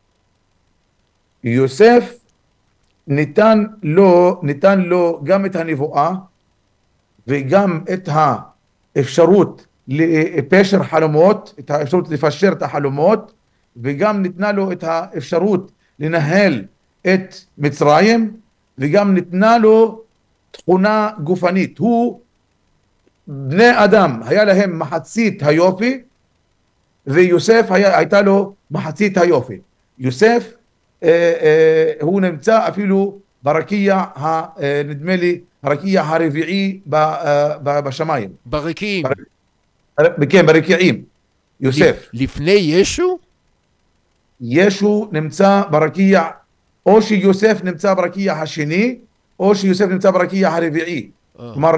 Speaker 5: יוסף ניתן לו, ניתן לו גם את הנבואה וגם את האפשרות לפשר חלומות, את האפשרות לפשר את החלומות, וגם ניתנה לו את האפשרות לנהל את מצרים, וגם ניתנה לו תכונה גופנית. הוא בני אדם היה להם מחצית היופי, ויוסף היה, הייתה לו מחצית היופי. יוסף אה, אה, הוא נמצא אפילו ברקיע, ה, אה, נדמה לי, הרקיע הרביעי ב, אה, ב, בשמיים.
Speaker 3: ברקיעים.
Speaker 5: בר... כן, ברקיעים. יוסף.
Speaker 3: לפני ישו?
Speaker 5: ישו נמצא ברקיע, או שיוסף נמצא ברקיע השני, או שיוסף נמצא ברקיע הרביעי. כלומר,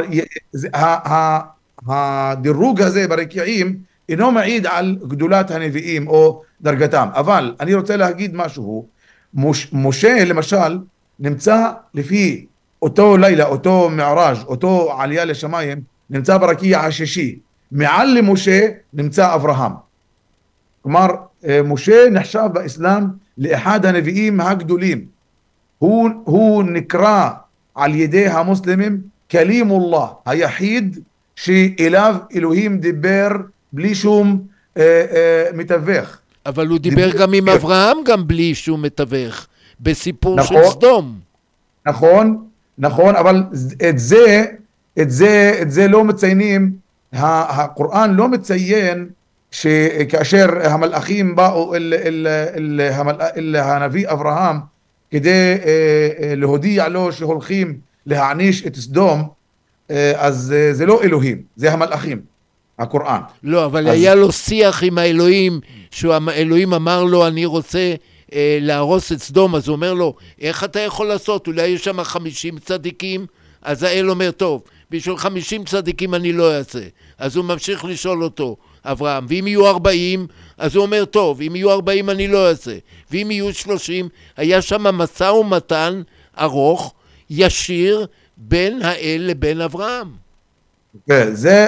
Speaker 5: הדירוג הזה ברקיעים אינו מעיד על גדולת הנביאים או דרגתם. אבל אני רוצה להגיד משהו, משה למשל נמצא לפי אותו לילה, אותו מערז', אותו עלייה לשמיים, נמצא ברקיע השישי. מעל למשה נמצא אברהם. כלומר, משה נחשב באסלאם לאחד הנביאים הגדולים. הוא, הוא נקרא על ידי המוסלמים כלימולlah, היחיד שאליו אלוהים דיבר בלי שום אה, אה, מתווך.
Speaker 3: אבל הוא דיבר, דיבר גם עם אברהם גם בלי שום מתווך, בסיפור
Speaker 5: נכון,
Speaker 3: של סדום.
Speaker 5: נכון, נכון, אבל את זה, את זה, את זה לא מציינים, הקוראן לא מציין שכאשר המלאכים באו אל, אל, אל, אל, אל הנביא אברהם כדי אה, להודיע לו שהולכים להעניש את סדום, אה, אז אה, זה לא אלוהים, זה המלאכים, הקוראן.
Speaker 3: לא, אבל
Speaker 5: אז...
Speaker 3: היה לו שיח עם האלוהים, שהאלוהים אמר לו אני רוצה אה, להרוס את סדום, אז הוא אומר לו איך אתה יכול לעשות, אולי יש שם חמישים צדיקים, אז האל אומר טוב, בשביל חמישים צדיקים אני לא אעשה, אז הוא ממשיך לשאול אותו, אברהם, ואם יהיו ארבעים, אז הוא אומר טוב, אם יהיו ארבעים אני לא אעשה, ואם יהיו שלושים, היה שם משא ומתן ארוך, ישיר, בין האל לבין אברהם.
Speaker 5: כן, זה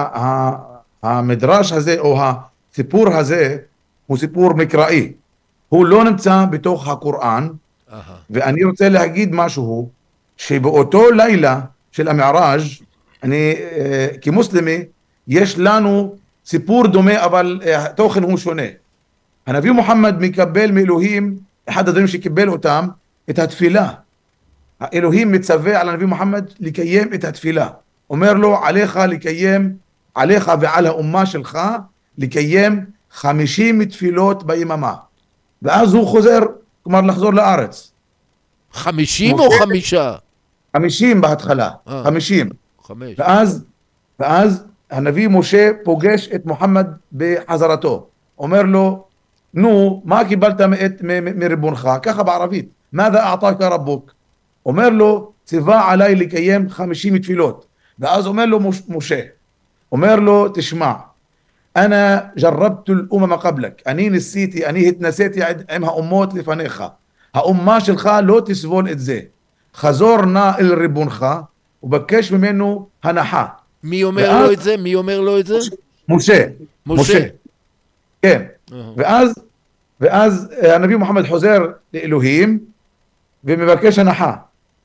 Speaker 5: המדרש הזה, או הסיפור הזה, הוא סיפור מקראי. הוא לא נמצא בתוך הקוראן, ואני רוצה להגיד משהו, שבאותו לילה של המערז', אני כמוסלמי, יש לנו סיפור דומה, אבל התוכן הוא שונה. הנביא מוחמד מקבל מאלוהים, אחד הדברים שקיבל אותם, את התפילה. האלוהים מצווה על הנביא מוחמד לקיים את התפילה. אומר לו, עליך לקיים, עליך ועל האומה שלך, לקיים חמישים תפילות ביממה. ואז הוא חוזר, כלומר לחזור לארץ.
Speaker 3: חמישים או חמישה?
Speaker 5: חמישים בהתחלה,
Speaker 3: אה,
Speaker 5: חמישים.
Speaker 3: חמש.
Speaker 5: ואז, ואז הנביא משה פוגש את מוחמד בחזרתו. אומר לו, נו, מה קיבלת מאת, מ- מריבונך? ככה בערבית. מاذا أعطاك ربك? אומר לו, ציווה עליי לקיים חמישים תפילות. ואז אומר לו מש, משה, אומר לו, תשמע, أنا جربت الأمم قبلك. אני ניסיתי, אני התנסיתי עם האומות לפניך. האומה שלך לא תסבול את זה. חזור נא אל ריבונך, ובקש ממנו הנחה.
Speaker 3: מי אומר
Speaker 5: ואז,
Speaker 3: לו את זה? מי אומר לו את זה?
Speaker 5: משה.
Speaker 3: משה.
Speaker 5: משה. כן.
Speaker 3: Uh-huh.
Speaker 5: ואז, ואז הנביא מוחמד חוזר לאלוהים, ומבקש הנחה.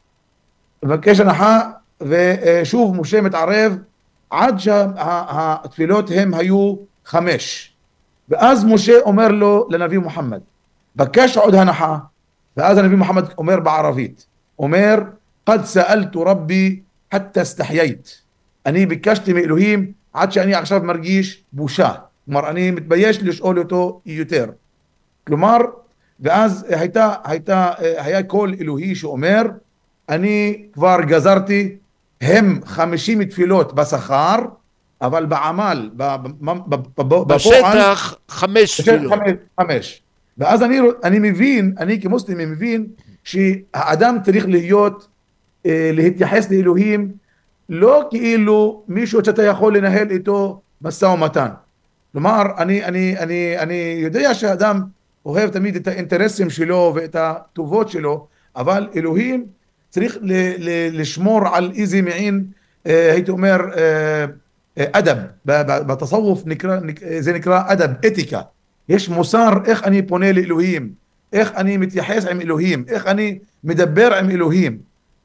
Speaker 5: מבקש הנחה, ושוב משה מתערב, עד שהתפילות הם היו חמש. ואז משה אומר לו לנביא מוחמד, בקש עוד הנחה. ואז הנביא מוחמד אומר בערבית, אומר, قد سألت ربي حتى استحييت. אני ביקשתי מאלוהים עד שאני עכשיו מרגיש בושה. כלומר, אני מתבייש לשאול אותו יותר. כלומר, ואז הייתה, הייתה, היה קול אלוהי שאומר, אני כבר גזרתי, הם חמישים תפילות בשכר, אבל בעמל, בפועל,
Speaker 3: בשטח חמש תפילות.
Speaker 5: חמש, חמש. ואז אני, אני מבין, אני כמוסלמי מבין, שהאדם צריך להיות, להתייחס לאלוהים, לא כאילו מישהו שאתה יכול לנהל איתו משא ומתן. כלומר, אני, אני, אני, אני יודע שהאדם אוהב תמיד את האינטרסים שלו ואת הטובות שלו, אבל אלוהים צריך ל, ל, לשמור על איזה מעין, אה, הייתי אומר, אה, אדב. בתסוף נקרא, זה נקרא אדב, אתיקה. יש מוסר איך אני פונה לאלוהים, איך אני מתייחס עם אלוהים, איך אני מדבר עם אלוהים.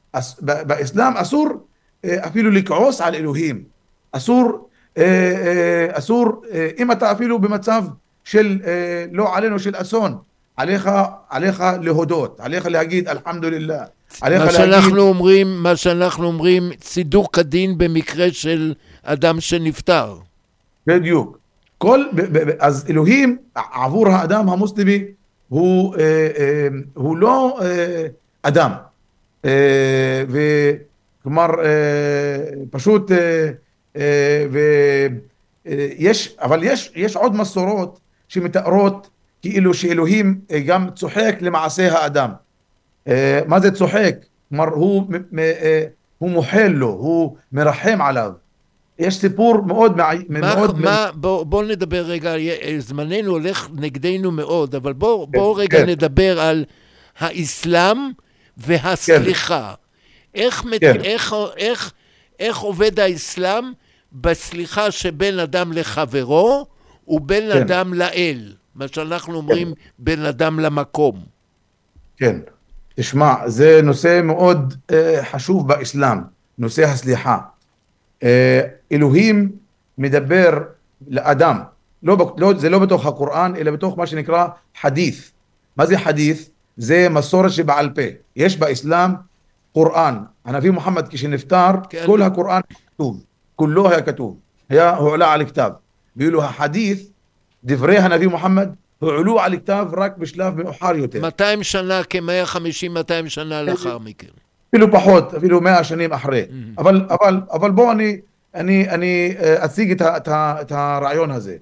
Speaker 5: באסלאם אסור אפילו לכעוס על אלוהים, אסור, אסור, אם אתה אפילו במצב של, לא עלינו, של אסון, עליך, עליך להודות, עליך להגיד אלחמדולillah, עליך
Speaker 3: מה
Speaker 5: להגיד...
Speaker 3: שאנחנו אומרים, מה שאנחנו אומרים, צידוק הדין במקרה של אדם שנפטר.
Speaker 5: בדיוק. כל, ב, ב, אז אלוהים עבור האדם המוסלמי הוא, אה, אה, הוא לא אה, אדם. אה, וכלומר, אה, פשוט, אה, אה, ויש, אבל יש, יש עוד מסורות שמתארות כאילו שאלוהים גם צוחק למעשה האדם. אה, מה זה צוחק? כלומר, הוא, אה, הוא מוחל לו, הוא מרחם עליו. יש סיפור מאוד
Speaker 3: מה,
Speaker 5: מאוד
Speaker 3: מה, בוא, בוא נדבר רגע, זמננו הולך נגדנו מאוד, אבל בוא, כן, בוא רגע כן. נדבר על האסלאם והסליחה. כן. איך, כן. איך, איך, איך עובד האסלאם בסליחה שבין אדם לחברו ובין כן. אדם לאל, מה שאנחנו אומרים כן. בין אדם למקום.
Speaker 5: כן, תשמע, זה נושא מאוד uh, חשוב באסלאם, נושא הסליחה. אלוהים מדבר לאדם, לא, לא, זה לא בתוך הקוראן, אלא בתוך מה שנקרא חדית'. מה זה חדית'? זה מסורת שבעל פה. יש באסלאם קוראן. הנביא מוחמד כשנפטר, כן. כל הקוראן כתוב, כולו היה כתוב, היה הועלה על כתב. ואילו החדית', דברי הנביא מוחמד, הועלו על כתב רק בשלב מאוחר יותר.
Speaker 3: מאתיים שנה, כ-מאה וחמישים מאתיים שנה לאחר מכן.
Speaker 5: אפילו פחות, אפילו מאה שנים אחרי. Mm-hmm. אבל, אבל, אבל בוא אני, אני, אני אציג את, ה, את, ה, את הרעיון הזה.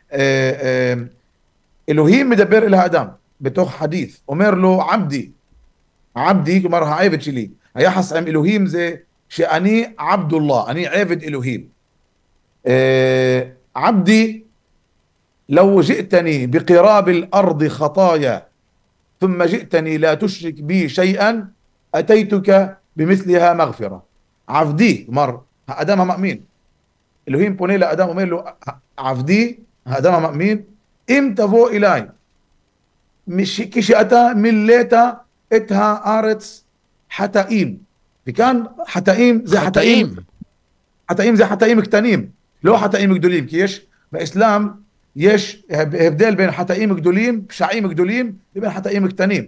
Speaker 5: אלוהים מדבר אל האדם, בתוך חדית', אומר לו, עבדי, עבדי, כלומר העבד שלי. היחס עם אלוהים זה שאני עבדולlah, אני עבד אלוהים. עבדי, لو جئتني بقراب الأرض خطايا ثم جئتني لا تشرك بي شيئا أتيتك بمثلها مغفرة. عبدي مر האדם המאמין, אלוהים פונה לאדם, אומר לו, עבדי, האדם המאמין, אם תבוא אליי, כשאתה מילאת את הארץ חטאים, וכאן חטאים זה חטאים, חטאים זה חטאים קטנים, לא חטאים גדולים, כי יש באסלאם, יש הבדל בין חטאים גדולים, פשעים גדולים, לבין חטאים קטנים.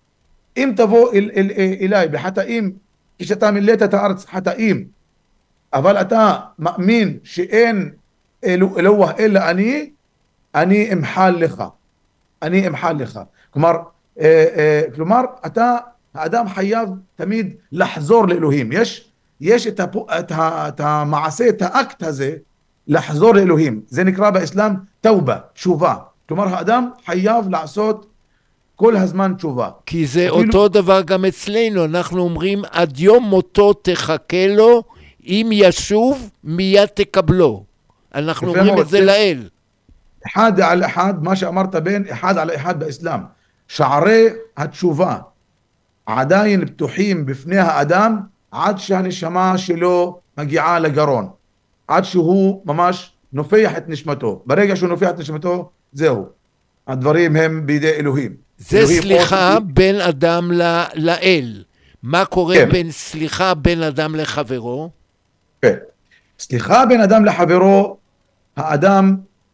Speaker 5: אם תבוא אל, אל, אל, אליי בחטאים, כשאתה מילאת את הארץ חטאים, אבל אתה מאמין שאין אלוה אלוה אלא אני, אני אמחל לך. אני אמחל לך. כלומר, אה, אה, כלומר, אתה, האדם חייב תמיד לחזור לאלוהים. יש, יש את, הפו, את, ה, את המעשה, את האקט הזה, לחזור לאלוהים. זה נקרא באסלאם תאובה, תשובה. כלומר, האדם חייב לעשות כל הזמן תשובה.
Speaker 3: כי זה אפילו... אותו דבר גם אצלנו. אנחנו אומרים, עד יום מותו תחכה לו, אם ישוב, מיד תקבלו. אנחנו אומרים את זה לאל.
Speaker 5: אחד על אחד, מה שאמרת בין אחד על אחד באסלאם. שערי התשובה עדיין פתוחים בפני האדם, עד שהנשמה שלו מגיעה לגרון. עד שהוא ממש נופח את נשמתו. ברגע שהוא נופח את נשמתו, זהו. הדברים הם בידי אלוהים.
Speaker 3: זה
Speaker 5: אלוהים
Speaker 3: סליחה
Speaker 5: עוד...
Speaker 3: בין אדם ל... לאל. מה קורה כן. בין סליחה בין אדם לחברו?
Speaker 5: כן. סליחה בין אדם לחברו, האדם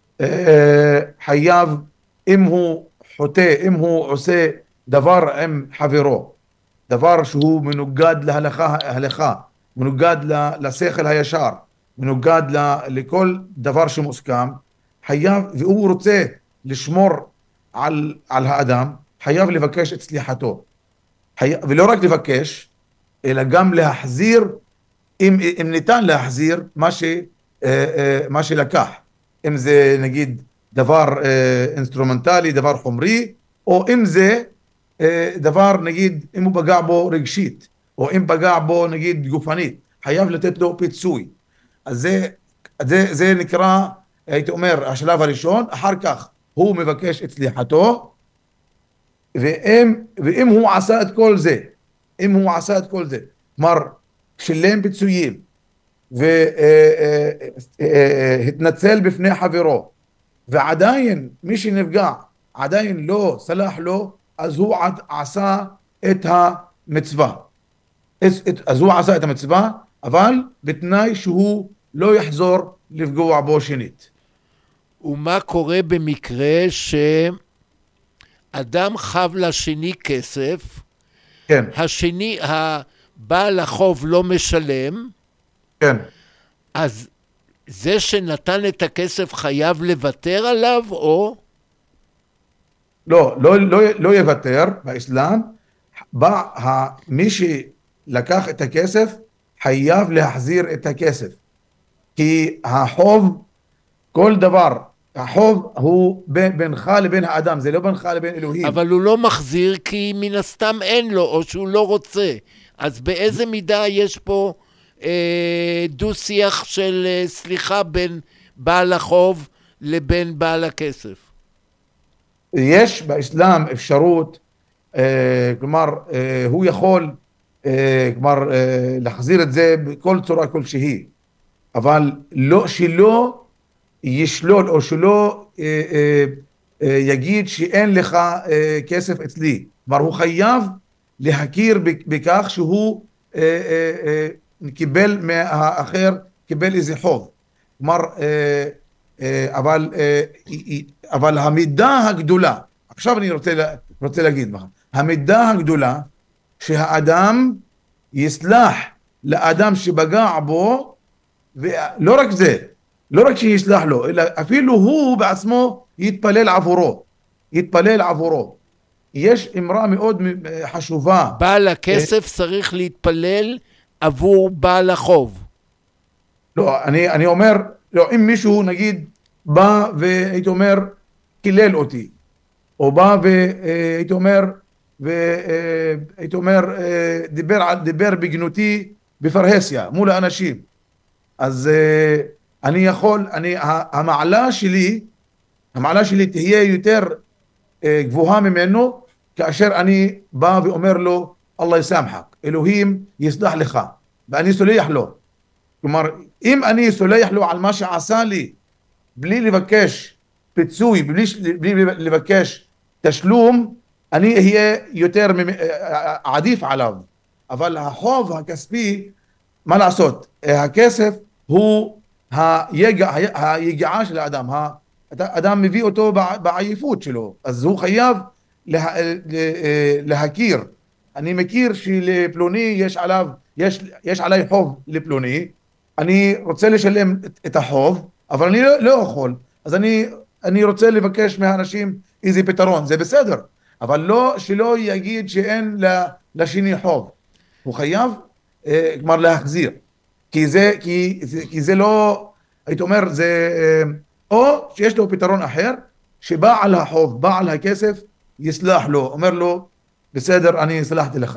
Speaker 5: אה, חייב, אם הוא חוטא, אם הוא עושה דבר עם חברו, דבר שהוא מנוגד להלכה, ההלכה, מנוגד לשכל הישר, מנוגד לכל דבר שמוסכם, חייב, והוא רוצה לשמור על, על האדם, חייב לבקש את סליחתו. חי... ולא רק לבקש, אלא גם להחזיר, אם, אם ניתן להחזיר מה, ש, מה שלקח. אם זה נגיד דבר אינסטרומנטלי, דבר חומרי, או אם זה דבר נגיד, אם הוא פגע בו רגשית, או אם פגע בו נגיד גופנית, חייב לתת לו פיצוי. אז זה, זה, זה נקרא, הייתי אומר, השלב הראשון. אחר כך הוא מבקש את סליחתו, ואם, ואם הוא עשה את כל זה, אם הוא עשה את כל זה, כלומר, שילם פיצויים, והתנצל בפני חברו, ועדיין מי שנפגע, עדיין לא סלח לו, אז הוא עשה את המצווה. אז הוא עשה את המצווה, אבל בתנאי שהוא לא יחזור לפגוע בו שנית.
Speaker 3: ומה קורה במקרה אדם חב לשני כסף,
Speaker 5: כן,
Speaker 3: השני, הבעל החוב לא משלם,
Speaker 5: כן.
Speaker 3: אז זה שנתן את הכסף חייב לוותר עליו, או?
Speaker 5: לא, לא, לא, לא יוותר באסלאם. בא, ה, מי שלקח את הכסף חייב להחזיר את הכסף, כי החוב, כל דבר, החוב הוא בין, בינך לבין האדם, זה לא בינך לבין אלוהים.
Speaker 3: אבל הוא לא מחזיר כי מן הסתם אין לו, או שהוא לא רוצה. אז באיזה מידה יש פה אה, דו שיח של אה, סליחה בין בעל החוב לבין בעל הכסף?
Speaker 5: יש באסלאם אפשרות, אה, כלומר, אה, הוא יכול, אה, כלומר, אה, להחזיר את זה בכל צורה כלשהי, אבל לא, שלא ישלול או שלא אה, אה, אה, יגיד שאין לך אה, כסף אצלי. כלומר, הוא חייב להכיר בכך שהוא אה, אה, אה, קיבל מהאחר, קיבל איזה חוב. כלומר, אה, אה, אבל, אה, אבל המידה הגדולה, עכשיו אני רוצה, רוצה להגיד לך, המידה הגדולה שהאדם יסלח לאדם שבגע בו, ולא רק זה, לא רק שיסלח לו, אלא אפילו הוא בעצמו יתפלל עבורו, יתפלל עבורו. יש אמרה מאוד חשובה.
Speaker 3: בעל הכסף צריך להתפלל עבור בעל החוב.
Speaker 5: לא, אני, אני אומר, לא, אם מישהו נגיד בא והייתי אומר, קילל אותי, או בא והייתי אומר, והייתי אומר, דיבר, דיבר בגנותי בפרהסיה, מול האנשים, אז אני יכול, אני, המעלה שלי, המעלה שלי תהיה יותר גבוהה ממנו, כאשר אני בא ואומר לו, אללה יסמחק, אלוהים יסלח לך, ואני סולח לו. כלומר, אם אני סולח לו על מה שעשה לי, בלי לבקש פיצוי, בלי, בלי לבקש תשלום, אני אהיה יותר עדיף עליו. אבל החוב הכספי, מה לעשות? הכסף הוא היגע, היגעה של האדם, האדם מביא אותו בעייפות שלו, אז הוא חייב לה, להכיר. אני מכיר שלפלוני יש עליו, יש, יש עליי חוב לפלוני, אני רוצה לשלם את החוב, אבל אני לא, לא יכול, אז אני, אני רוצה לבקש מהאנשים איזה פתרון, זה בסדר, אבל לא, שלא יגיד שאין לשני חוב, הוא חייב, אה, כלומר להחזיר, כי זה, כי, כי זה לא, היית אומר, זה, אה, או שיש לו פתרון אחר, שבעל החוב, בעל הכסף, יסלח לו, אומר לו, בסדר, אני סלחתי לך.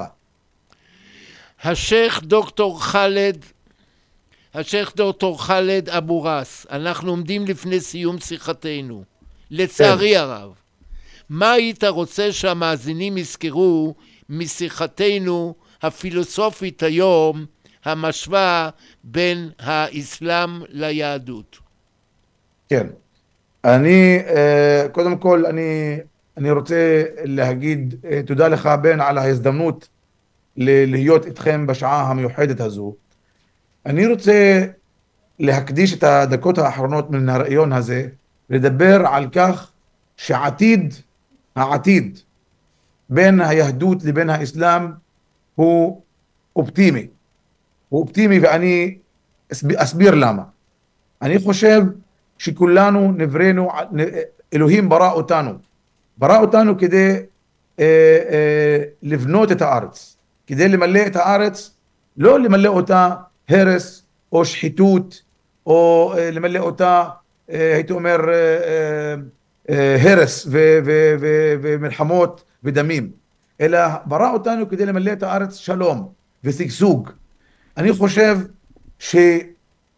Speaker 3: השייך דוקטור חאלד, השייך דוקטור חאלד אבו ראס, אנחנו עומדים לפני סיום שיחתנו, לצערי כן. הרב. מה היית רוצה שהמאזינים יזכרו משיחתנו הפילוסופית היום, המשוואה בין האסלאם ליהדות?
Speaker 5: כן, אני, קודם כל, אני, אני רוצה להגיד תודה לך בן על ההזדמנות להיות איתכם בשעה המיוחדת הזו. אני רוצה להקדיש את הדקות האחרונות מן הרעיון הזה, לדבר על כך שעתיד, העתיד בין היהדות לבין האסלאם הוא אופטימי. הוא אופטימי ואני אסביר למה. אני חושב שכולנו נבראנו, אלוהים ברא אותנו. ברא אותנו כדי אה, אה, לבנות את הארץ, כדי למלא את הארץ, לא למלא אותה הרס או שחיתות, או אה, למלא אותה, אה, הייתי אומר, אה, אה, הרס ו- ו- ו- ומלחמות ודמים, אלא ברא אותנו כדי למלא את הארץ שלום ושגשוג. אני חושב שאם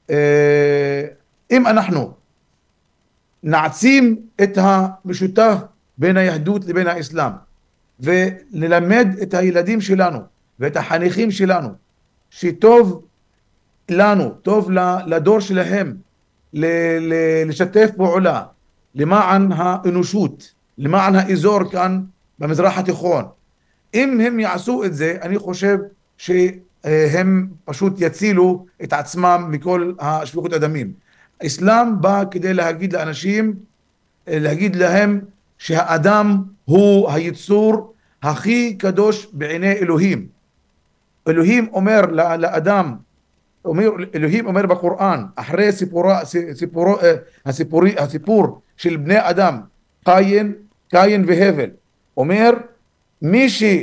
Speaker 5: אה, אנחנו נעצים את המשותף בין היהדות לבין האסלאם, וללמד את הילדים שלנו ואת החניכים שלנו שטוב לנו, טוב לדור שלהם לשתף פעולה למען האנושות, למען האזור כאן במזרח התיכון. אם הם יעשו את זה, אני חושב שהם פשוט יצילו את עצמם מכל השפיכות הדמים. האסלאם בא כדי להגיד לאנשים, להגיד להם שהאדם הוא היצור הכי קדוש בעיני אלוהים. אלוהים אומר לאדם, אומר, אלוהים אומר בקוראן, אחרי סיפורה, סיפורו, הסיפורי, הסיפור של בני אדם, קין, קין והבל, אומר, מי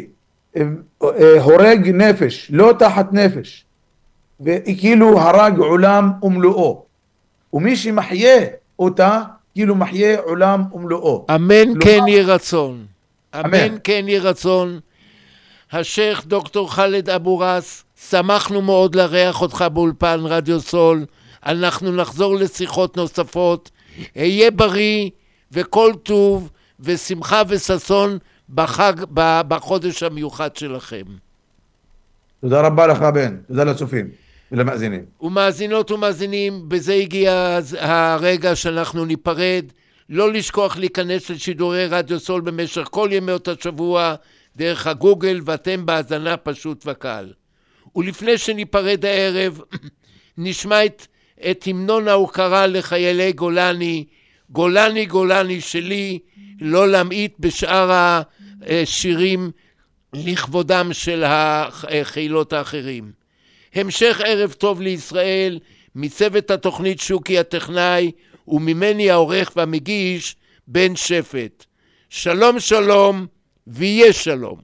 Speaker 5: שהורג נפש, לא תחת נפש, וכאילו הרג עולם ומלואו, ומי שמחיה אותה, כאילו מחיה עולם ומלואו.
Speaker 3: אמן כן יהי רצון. אמן כן יהי רצון. השייח דוקטור חאלד אבו ראס, שמחנו מאוד לארח אותך באולפן רדיו סול. אנחנו נחזור לשיחות נוספות. היה בריא וכל טוב ושמחה וששון בחג, בחודש המיוחד שלכם.
Speaker 5: תודה רבה לך בן, תודה לצופים ולמאזינים.
Speaker 3: ומאזינות ומאזינים, בזה הגיע הרגע שאנחנו ניפרד. לא לשכוח להיכנס לשידורי רדיו סול במשך כל ימות השבוע דרך הגוגל, ואתם בהאזנה פשוט וקל. ולפני שניפרד הערב, נשמע את, את המנון ההוקרה לחיילי גולני, גולני גולני שלי, לא להמעיט בשאר השירים לכבודם של החילות האחרים. המשך ערב טוב לישראל, מצוות התוכנית שוקי הטכנאי, וממני העורך והמגיש בן שפט. שלום שלום ויהיה שלום.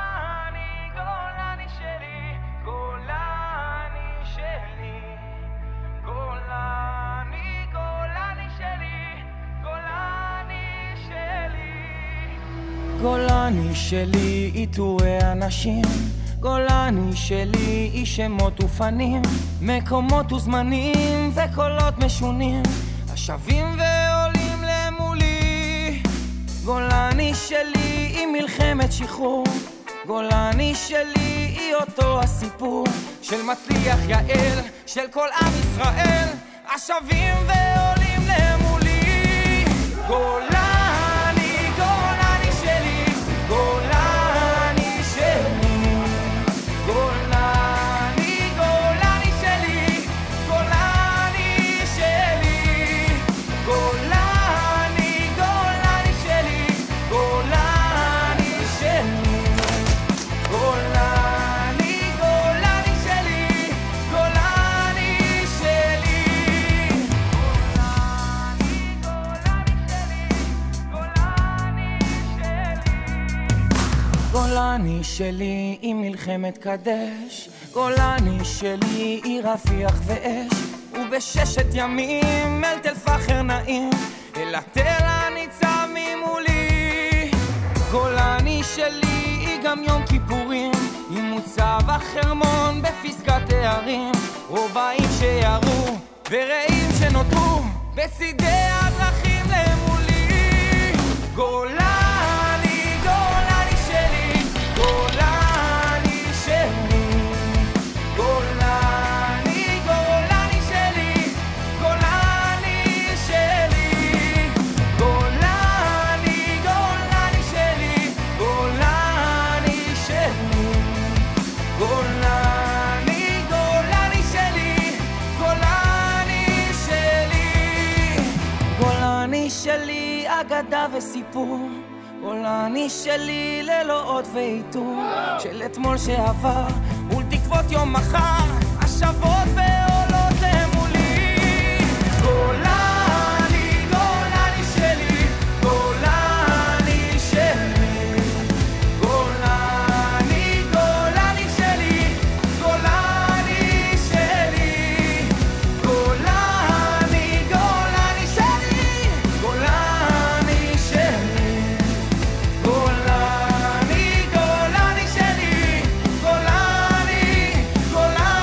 Speaker 6: גולני שלי עיטורי אנשים, גולני שלי היא שמות ופנים, מקומות וזמנים וקולות משונים, השבים ועולים למולי. גולני שלי היא מלחמת שחרור, גולני שלי היא אותו הסיפור של מצליח יעל, של כל עם ישראל, השבים ועולים למולי. גולני גולני שלי היא מלחמת קדש, גולני שלי היא רפיח ואש, ובששת ימים אל תל פחר נעים, אל התל הניצב ממולי. גולני שלי היא גם יום כיפורים, היא מוצב החרמון בפסקת הערים, רובעים שירו ורעים שנותרו בצידי הדרכים למולי. גולני אגדה וסיפור, גולני שלי ללא עוד ואיתור, של אתמול שעבר ולתקוות יום מחר, השבות ועולות למולי. גולני, גולני שלי, גולני שלי, גולני, גולני שלי, גולני שלי, גולני, גולני שלי, גולני גולני, גולני שלי, גולני, גולני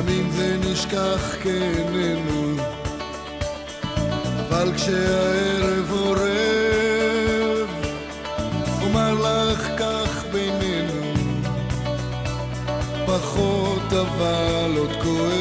Speaker 7: לפעמים זה נשכח כעיננו, אבל כשהערב עורב אומר לך כך בינינו, פחות אבל עוד כואב.